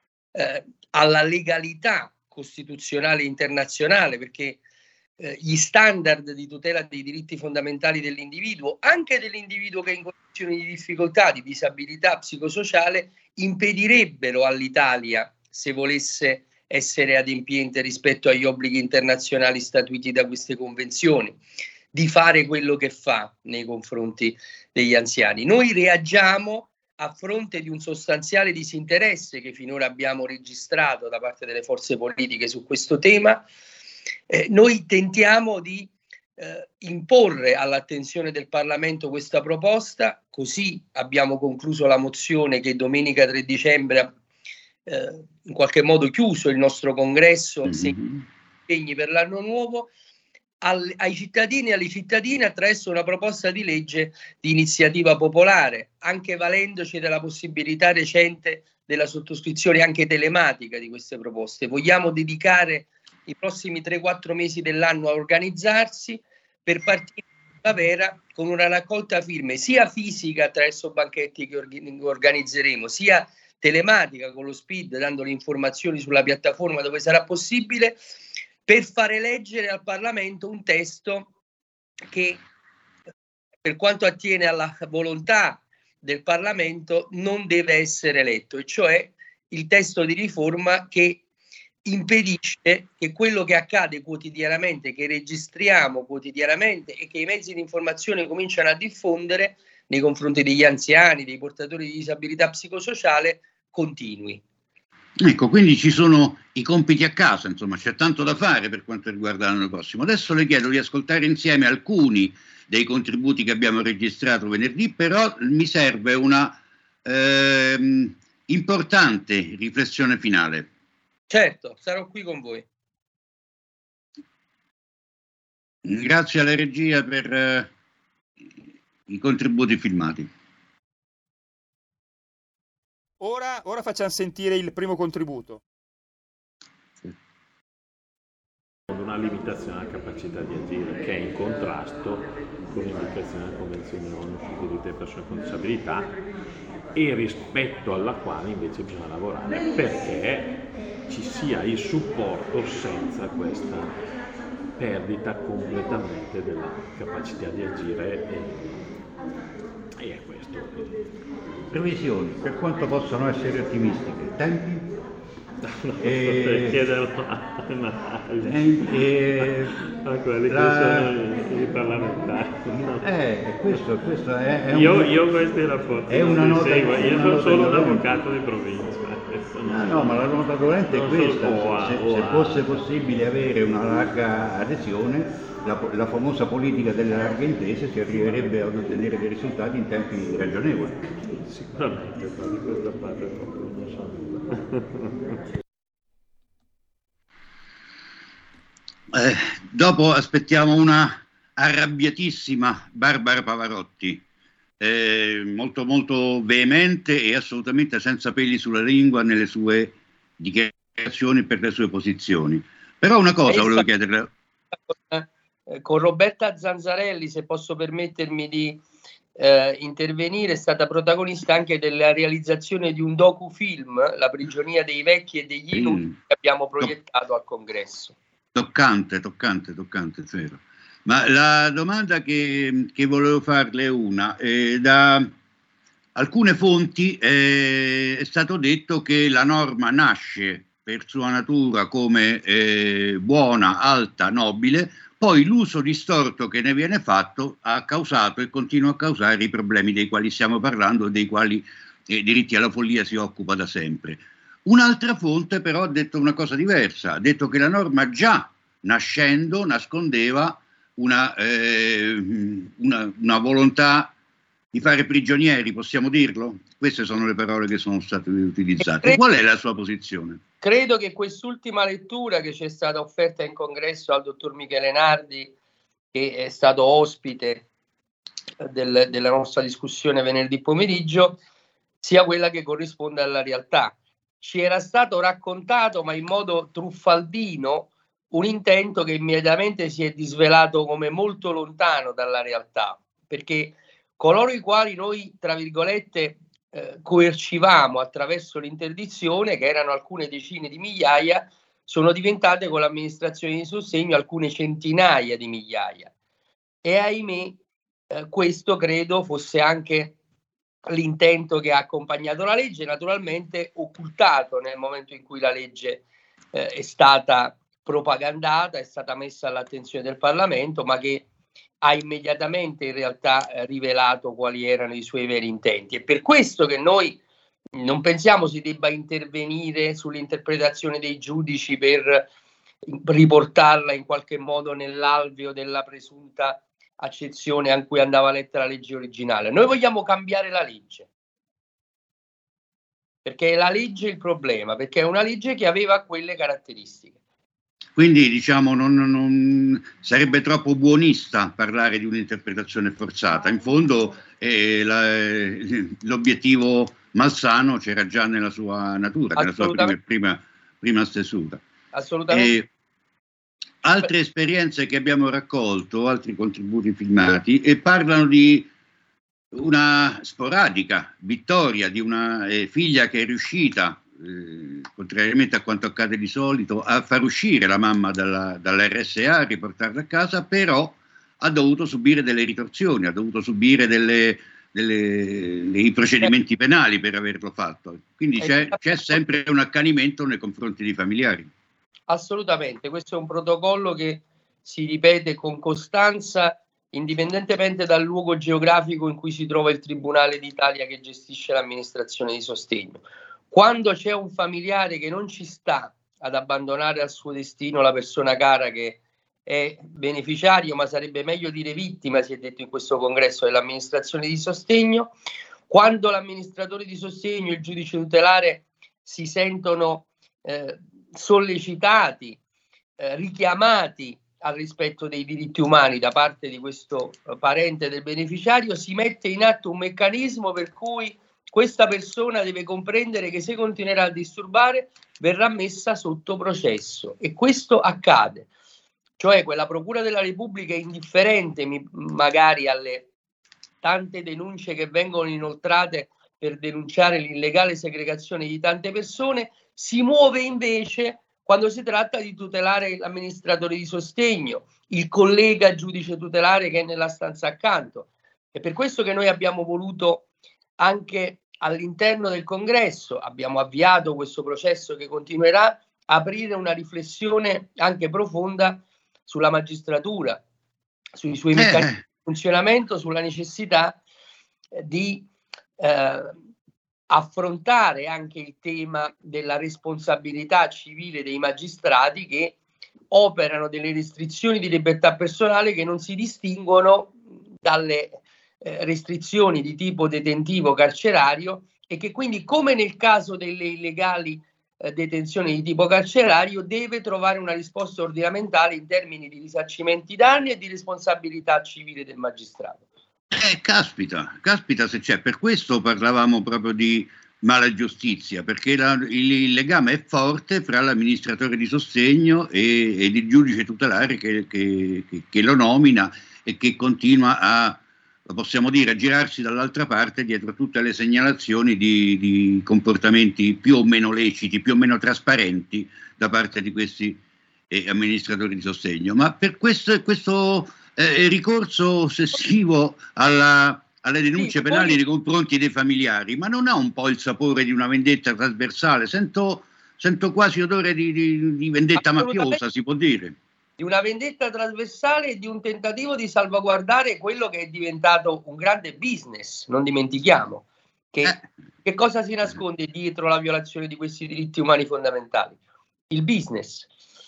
alla legalità costituzionale e internazionale, perché gli standard di tutela dei diritti fondamentali dell'individuo, anche dell'individuo che è in condizioni di difficoltà, di disabilità psicosociale, impedirebbero all'Italia, se volesse essere adempiente rispetto agli obblighi internazionali statuiti da queste convenzioni, di fare quello che fa nei confronti degli anziani. Noi reagiamo a fronte di un sostanziale disinteresse che finora abbiamo registrato da parte delle forze politiche su questo tema. Noi tentiamo di imporre all'attenzione del Parlamento questa proposta, così abbiamo concluso la mozione che domenica 3 dicembre ha in qualche modo chiuso il nostro congresso, impegni per l'anno nuovo, ai cittadini e alle cittadine attraverso una proposta di legge di iniziativa popolare, anche valendoci della possibilità recente della sottoscrizione anche telematica di queste proposte. Vogliamo dedicare i prossimi 3-4 mesi dell'anno a organizzarsi per partire in primavera con una raccolta firme sia fisica attraverso banchetti che organizzeremo, sia telematica con lo SPID, dando le informazioni sulla piattaforma dove sarà possibile, per fare leggere al Parlamento un testo che, per quanto attiene alla volontà del Parlamento, non deve essere letto, e cioè il testo di riforma che impedisce che quello che accade quotidianamente, che registriamo quotidianamente e che i mezzi di informazione cominciano a diffondere nei confronti degli anziani, dei portatori di disabilità psicosociale, continui. Ecco, quindi ci sono i compiti a casa, insomma, c'è tanto da fare per quanto riguarda l'anno prossimo. Adesso le chiedo di ascoltare insieme alcuni dei contributi che abbiamo registrato venerdì, però mi serve una importante riflessione finale. Certo, sarò qui con voi. Grazie alla regia per i contributi filmati. Ora facciamo sentire il primo contributo. Una limitazione alla capacità di agire che è in contrasto con l'indicazione della Convenzione ONU sui diritti delle persone con disabilità e rispetto alla quale invece bisogna lavorare perché ci sia il supporto senza questa perdita completamente della capacità di agire e è questo. Previsioni, per quanto possano essere ottimistiche, tempi? Per chiederlo a quelli che sono i parlamentari. No. Questo è io questi rapporti è una nota, seguo. Io sono solo un avvocato di provincia. No, ma la nota dolente è questa. Se fosse possibile avere una larga adesione, la famosa politica delle larghe intese, si arriverebbe ad ottenere dei risultati in tempi ragionevoli. Sicuramente, ma di questa parte proprio non so nulla. Dopo aspettiamo una arrabbiatissima Barbara Pavarotti, molto molto veemente e assolutamente senza peli sulla lingua nelle sue dichiarazioni per le sue posizioni. Però una cosa volevo chiederle. Con Roberta Zanzarelli, se posso permettermi di intervenire, è stata protagonista anche della realizzazione di un docufilm, La prigionia dei vecchi e degli inutili, che abbiamo proiettato al congresso. Toccante, vero. Ma la domanda che volevo farle è una. Da alcune fonti è stato detto che la norma nasce per sua natura come buona, alta, nobile, poi l'uso distorto che ne viene fatto ha causato e continua a causare i problemi dei quali stiamo parlando, dei quali diritti alla follia si occupa da sempre. Un'altra fonte però ha detto una cosa diversa, ha detto che la norma già nascendo nascondeva una volontà di fare prigionieri, possiamo dirlo? Queste sono le parole che sono state utilizzate. Qual è la sua posizione? Credo che quest'ultima lettura che ci è stata offerta in congresso al dottor Michele Nardi, che è stato ospite della nostra discussione venerdì pomeriggio, sia quella che corrisponde alla realtà. Ci era stato raccontato, ma in modo truffaldino, un intento che immediatamente si è disvelato come molto lontano dalla realtà, perché coloro i quali noi, tra virgolette, coercivamo attraverso l'interdizione, che erano alcune decine di migliaia, sono diventate con l'amministrazione di sostegno alcune centinaia di migliaia. E ahimè, questo credo fosse anche l'intento che ha accompagnato la legge, naturalmente occultato nel momento in cui la legge è stata propagandata, è stata messa all'attenzione del Parlamento, ma che ha immediatamente in realtà rivelato quali erano i suoi veri intenti. È per questo che noi non pensiamo si debba intervenire sull'interpretazione dei giudici per riportarla in qualche modo nell'alveo della presunta accezione a cui andava letta la legge originale. Noi vogliamo cambiare la legge, perché è la legge il problema, perché è una legge che aveva quelle caratteristiche. Quindi diciamo non sarebbe troppo buonista parlare di un'interpretazione forzata. In fondo l'obiettivo malsano c'era già nella sua natura, nella sua prima stesura. Assolutamente. Altre esperienze che abbiamo raccolto, altri contributi filmati, e parlano di una sporadica vittoria di una figlia che è riuscita, contrariamente a quanto accade di solito, a far uscire la mamma dall'RSA, a riportarla a casa, però ha dovuto subire delle ritorsioni, ha dovuto subire dei procedimenti penali per averlo fatto. Quindi c'è sempre un accanimento nei confronti dei familiari. Assolutamente, questo è un protocollo che si ripete con costanza indipendentemente dal luogo geografico in cui si trova il Tribunale d'Italia che gestisce l'amministrazione di sostegno. Quando c'è un familiare che non ci sta ad abbandonare al suo destino la persona cara che è beneficiario, ma sarebbe meglio dire vittima, si è detto in questo congresso, dell'amministrazione di sostegno, quando l'amministratore di sostegno e il giudice tutelare si sentono sollecitati, richiamati al rispetto dei diritti umani da parte di questo parente del beneficiario, si mette in atto un meccanismo per cui questa persona deve comprendere che se continuerà a disturbare verrà messa sotto processo, e questo accade. Cioè quella Procura della Repubblica è indifferente magari alle tante denunce che vengono inoltrate per denunciare l'illegale segregazione di tante persone, si muove invece quando si tratta di tutelare l'amministratore di sostegno, il collega giudice tutelare che è nella stanza accanto. È per questo che noi abbiamo voluto anche all'interno del congresso, abbiamo avviato questo processo che continuerà, aprire una riflessione anche profonda sulla magistratura, sui suoi meccanismi di funzionamento, sulla necessità di affrontare anche il tema della responsabilità civile dei magistrati che operano delle restrizioni di libertà personale che non si distinguono dalle restrizioni di tipo detentivo carcerario, e che quindi, come nel caso delle illegali detenzioni di tipo carcerario, deve trovare una risposta ordinamentale in termini di risarcimenti danni e di responsabilità civile del magistrato. Caspita se c'è. Per questo parlavamo proprio di mala giustizia, perché il legame è forte fra l'amministratore di sostegno ed il giudice tutelare che lo nomina e che continua a lo possiamo dire, girarsi dall'altra parte dietro tutte le segnalazioni di comportamenti più o meno leciti, più o meno trasparenti da parte di questi amministratori di sostegno. Ma per questo ricorso ossessivo alle denunce penali nei confronti dei familiari, ma non ha un po' il sapore di una vendetta trasversale? Sento quasi odore di vendetta mafiosa, si può dire. Di una vendetta trasversale e di un tentativo di salvaguardare quello che è diventato un grande business. Non dimentichiamo che cosa si nasconde dietro la violazione di questi diritti umani fondamentali. Il business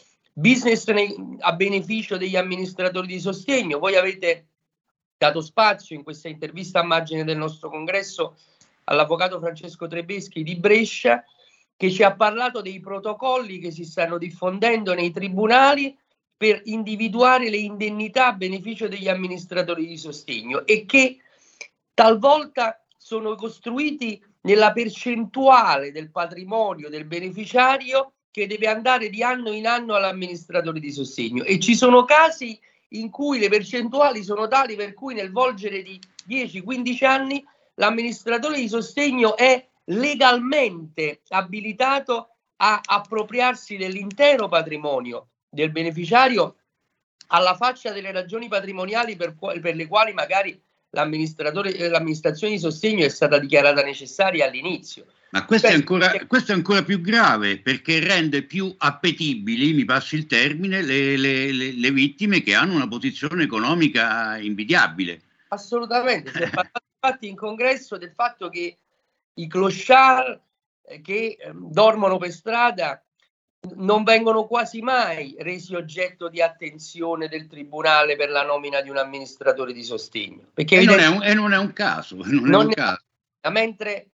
a beneficio degli amministratori di sostegno. Voi avete dato spazio in questa intervista a margine del nostro congresso all'avvocato Francesco Trebeschi di Brescia, che ci ha parlato dei protocolli che si stanno diffondendo nei tribunali per individuare le indennità a beneficio degli amministratori di sostegno e che talvolta sono costruiti nella percentuale del patrimonio del beneficiario che deve andare di anno in anno all'amministratore di sostegno, e ci sono casi in cui le percentuali sono tali per cui nel volgere di 10-15 anni l'amministratore di sostegno è legalmente abilitato a appropriarsi dell'intero patrimonio del beneficiario, alla faccia delle ragioni patrimoniali per le quali magari l'amministrazione di sostegno è stata dichiarata necessaria all'inizio. Ma questo è ancora più grave, perché rende più appetibili, mi passi il termine, le vittime che hanno una posizione economica invidiabile. Assolutamente, si è parlato infatti in congresso del fatto che i clochard che dormono per strada non vengono quasi mai resi oggetto di attenzione del tribunale per la nomina di un amministratore di sostegno. Perché non è un caso. Mentre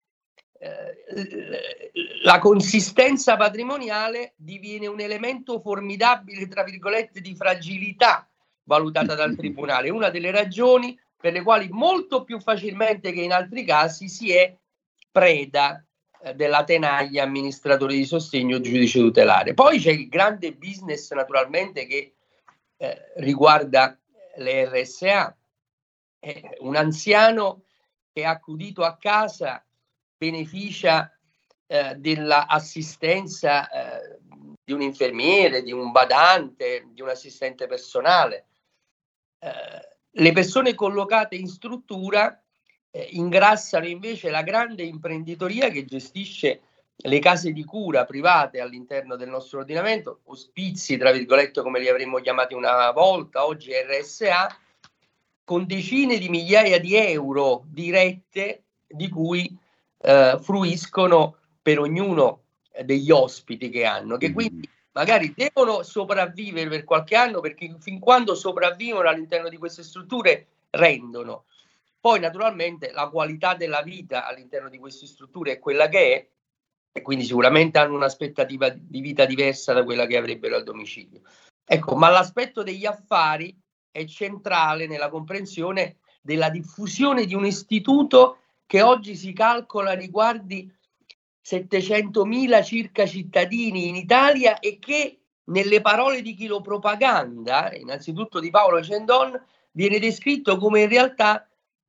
la consistenza patrimoniale diviene un elemento formidabile, tra virgolette, di fragilità valutata dal tribunale. Una delle ragioni per le quali molto più facilmente che in altri casi si è preda della tenaglia amministratore di sostegno o giudice tutelare. Poi c'è il grande business naturalmente che riguarda le RSA. Un anziano che ha accudito a casa beneficia dell'assistenza di un infermiere, di un badante, di un assistente personale. Le persone collocate in struttura ingrassano invece la grande imprenditoria che gestisce le case di cura private all'interno del nostro ordinamento, ospizi, tra virgolette, come li avremmo chiamati una volta, oggi RSA, con decine di migliaia di euro dirette di cui fruiscono per ognuno degli ospiti che hanno, che quindi magari devono sopravvivere per qualche anno, perché fin quando sopravvivono all'interno di queste strutture rendono. Poi naturalmente la qualità della vita all'interno di queste strutture è quella che è, e quindi sicuramente hanno un'aspettativa di vita diversa da quella che avrebbero al domicilio. Ecco, ma l'aspetto degli affari è centrale nella comprensione della diffusione di un istituto che oggi si calcola riguardi 700.000 circa cittadini in Italia e che, nelle parole di chi lo propaganda, innanzitutto di Paolo Cendon, viene descritto come in realtà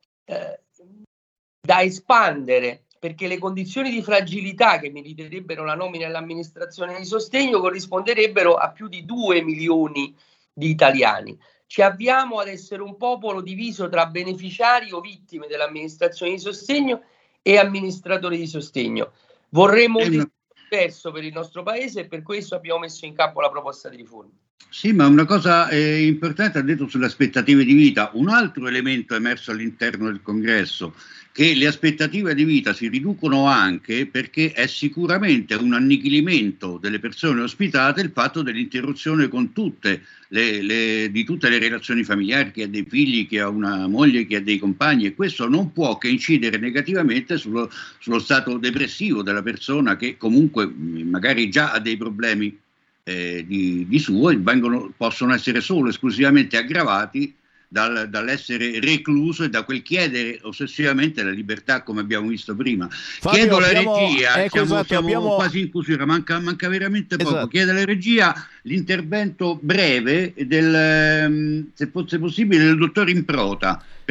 da espandere, perché le condizioni di fragilità che meriterebbero la nomina all'amministrazione di sostegno corrisponderebbero a più di 2 milioni di italiani. Ci avviamo ad essere un popolo diviso tra beneficiari o vittime dell'amministrazione di sostegno e amministratori di sostegno. Vorremmo un discorso diverso per il nostro paese e per questo abbiamo messo in campo la proposta di riforma. Sì, ma una cosa importante ha detto sulle aspettative di vita. Un altro elemento emerso all'interno del congresso, che le aspettative di vita si riducono anche perché è sicuramente un annichilimento delle persone ospitate il fatto dell'interruzione con tutte le relazioni familiari, chi ha dei figli, chi ha una moglie, chi ha dei compagni, e questo non può che incidere negativamente sullo stato depressivo della persona, che comunque magari già ha dei problemi di suo, e possono essere solo esclusivamente aggravati dall'essere recluso e da quel chiedere ossessivamente la libertà, come abbiamo visto prima. Fabio, chiedo alla regia, siamo quasi in chiusura, manca veramente poco. Esatto. Chiedo alla regia l'intervento breve se fosse possibile, del dottor Improta,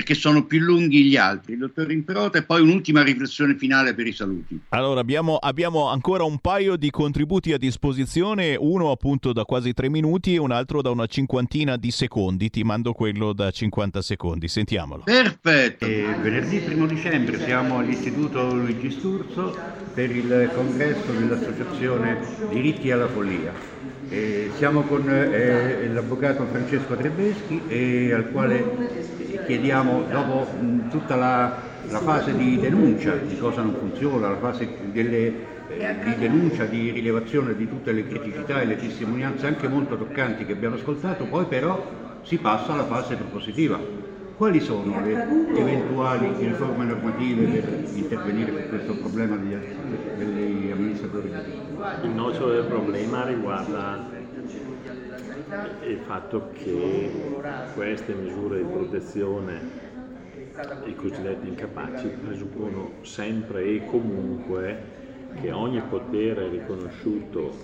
perché sono più lunghi gli altri. Il dottor Improta, e poi un'ultima riflessione finale per i saluti. Allora, abbiamo ancora un paio di contributi a disposizione, uno appunto da quasi 3 minuti e un altro da una cinquantina di secondi. Ti mando quello da 50 secondi, sentiamolo. Perfetto. Venerdì 1 dicembre siamo all'Istituto Luigi Sturzo per il congresso dell'Associazione Diritti alla Follia. Siamo con l'avvocato Francesco Trebeschi, al quale chiediamo, dopo tutta la fase di denuncia di cosa non funziona, la fase di denuncia, di rilevazione di tutte le criticità e le testimonianze anche molto toccanti che abbiamo ascoltato, poi però si passa alla fase propositiva. Quali sono le eventuali riforme normative per intervenire su questo problema degli amministratori? Il nocciolo del problema riguarda il fatto che queste misure di protezione ai cosiddetti incapaci presuppongono sempre e comunque che ogni potere riconosciuto.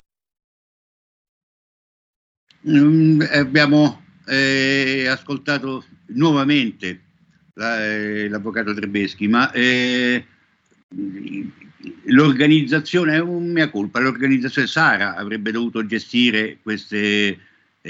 Abbiamo ascoltato nuovamente l'avvocato Trebeschi, ma l'organizzazione è un mea culpa. L'organizzazione Sara avrebbe dovuto gestire queste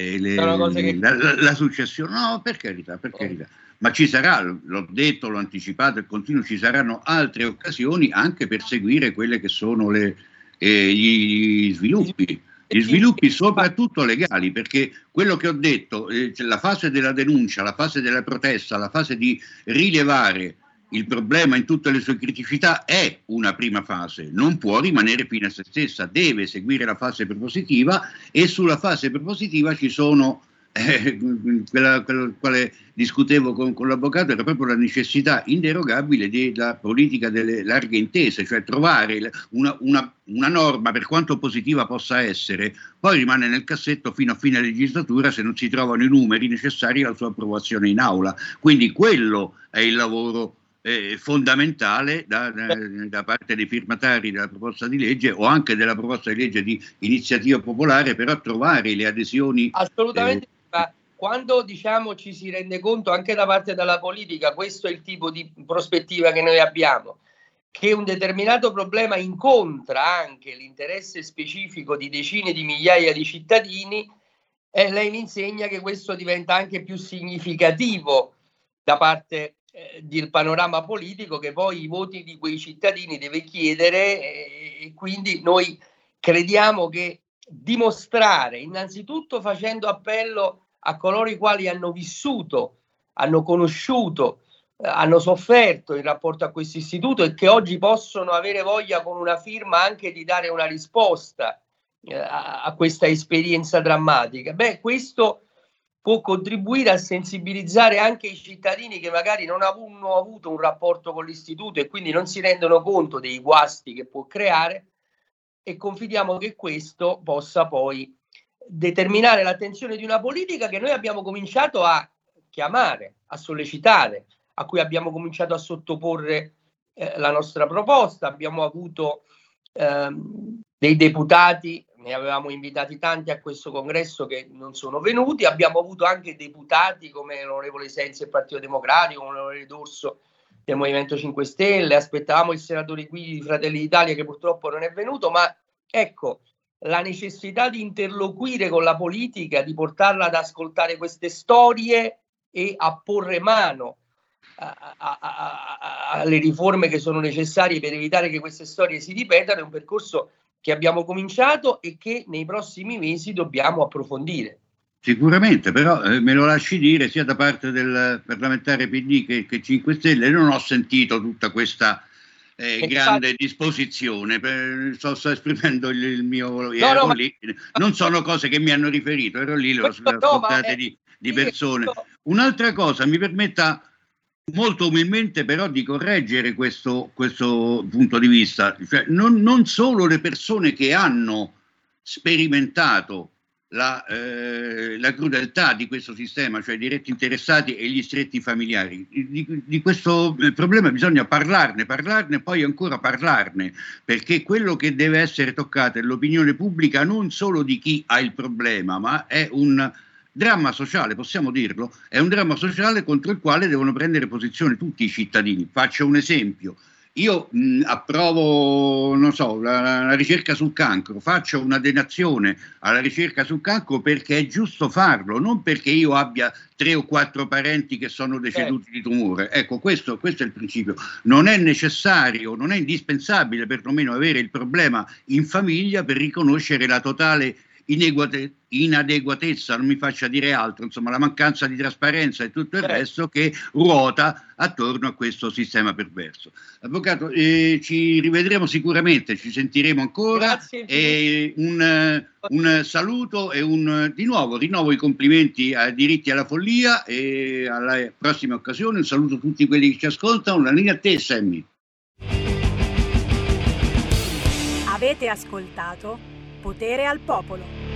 la successione. No, per carità. Ma ci sarà, l'ho detto, l'ho anticipato e continuo, ci saranno altre occasioni anche per seguire quelle che sono gli sviluppi. Gli sviluppi soprattutto legali, perché quello che ho detto, la fase della denuncia, la fase della protesta, la fase di rilevare il problema in tutte le sue criticità è una prima fase, non può rimanere fine a se stessa, deve seguire la fase propositiva, e sulla fase propositiva ci sono, quale discutevo con l'avvocato, era proprio la necessità inderogabile della politica delle larghe intese, cioè trovare una norma, per quanto positiva possa essere, poi rimane nel cassetto fino a fine legislatura se non si trovano i numeri necessari alla sua approvazione in aula. Quindi quello è il lavoro fondamentale da parte dei firmatari della proposta di legge o anche della proposta di legge di iniziativa popolare, però trovare le adesioni. Assolutamente. Ma quando ci si rende conto anche da parte della politica, questo è il tipo di prospettiva che noi abbiamo, che un determinato problema incontra anche l'interesse specifico di decine di migliaia di cittadini, lei mi insegna che questo diventa anche più significativo da parte del panorama politico, che poi i voti di quei cittadini deve chiedere, e quindi noi crediamo che dimostrare, innanzitutto facendo appello a coloro i quali hanno vissuto, hanno conosciuto, hanno sofferto in rapporto a questo istituto e che oggi possono avere voglia con una firma anche di dare una risposta a questa esperienza drammatica. Questo può contribuire a sensibilizzare anche i cittadini che magari non hanno avuto un rapporto con l'istituto e quindi non si rendono conto dei guasti che può creare, e confidiamo che questo possa poi determinare l'attenzione di una politica che noi abbiamo cominciato a chiamare, a sollecitare, a cui abbiamo cominciato a sottoporre la nostra proposta. Abbiamo avuto dei deputati, ne avevamo invitati tanti a questo congresso che non sono venuti, abbiamo avuto anche deputati come l'onorevole Sensi del Partito Democratico, l'onorevole D'Orso del Movimento 5 Stelle, aspettavamo il senatore Guidi di Fratelli d'Italia che purtroppo non è venuto, ma ecco, la necessità di interloquire con la politica, di portarla ad ascoltare queste storie e a porre mano alle riforme che sono necessarie per evitare che queste storie si ripetano, è un percorso che abbiamo cominciato e che nei prossimi mesi dobbiamo approfondire. Sicuramente, però me lo lasci dire, sia da parte del parlamentare PD che 5 Stelle, non ho sentito tutta questa grande disposizione. Sto esprimendo il mio... lì. Non sono cose che mi hanno riferito, ero lì, le ho ascoltate di persone. Un'altra cosa, mi permetta molto umilmente però di correggere questo punto di vista, cioè, non solo le persone che hanno sperimentato la crudeltà di questo sistema, cioè i diretti interessati e gli stretti familiari. Di questo problema bisogna parlarne e poi ancora parlarne, perché quello che deve essere toccato è l'opinione pubblica non solo di chi ha il problema, ma è dramma sociale, possiamo dirlo, è un dramma sociale contro il quale devono prendere posizione tutti i cittadini. Faccio un esempio. Io approvo, non so, la ricerca sul cancro, faccio una donazione alla ricerca sul cancro perché è giusto farlo, non perché io abbia 3 o 4 parenti che sono deceduti di tumore. Ecco, questo è il principio. Non è necessario, non è indispensabile perlomeno avere il problema in famiglia per riconoscere la totale inadeguatezza, non mi faccia dire altro, insomma la mancanza di trasparenza e tutto il resto che ruota attorno a questo sistema perverso. Avvocato, ci rivedremo sicuramente, ci sentiremo ancora. E un saluto e di nuovo rinnovo i complimenti a Diritti alla Follia e alla prossima occasione. Un saluto a tutti quelli che ci ascoltano. La linea a te, Sammy. Avete ascoltato Potere al Popolo.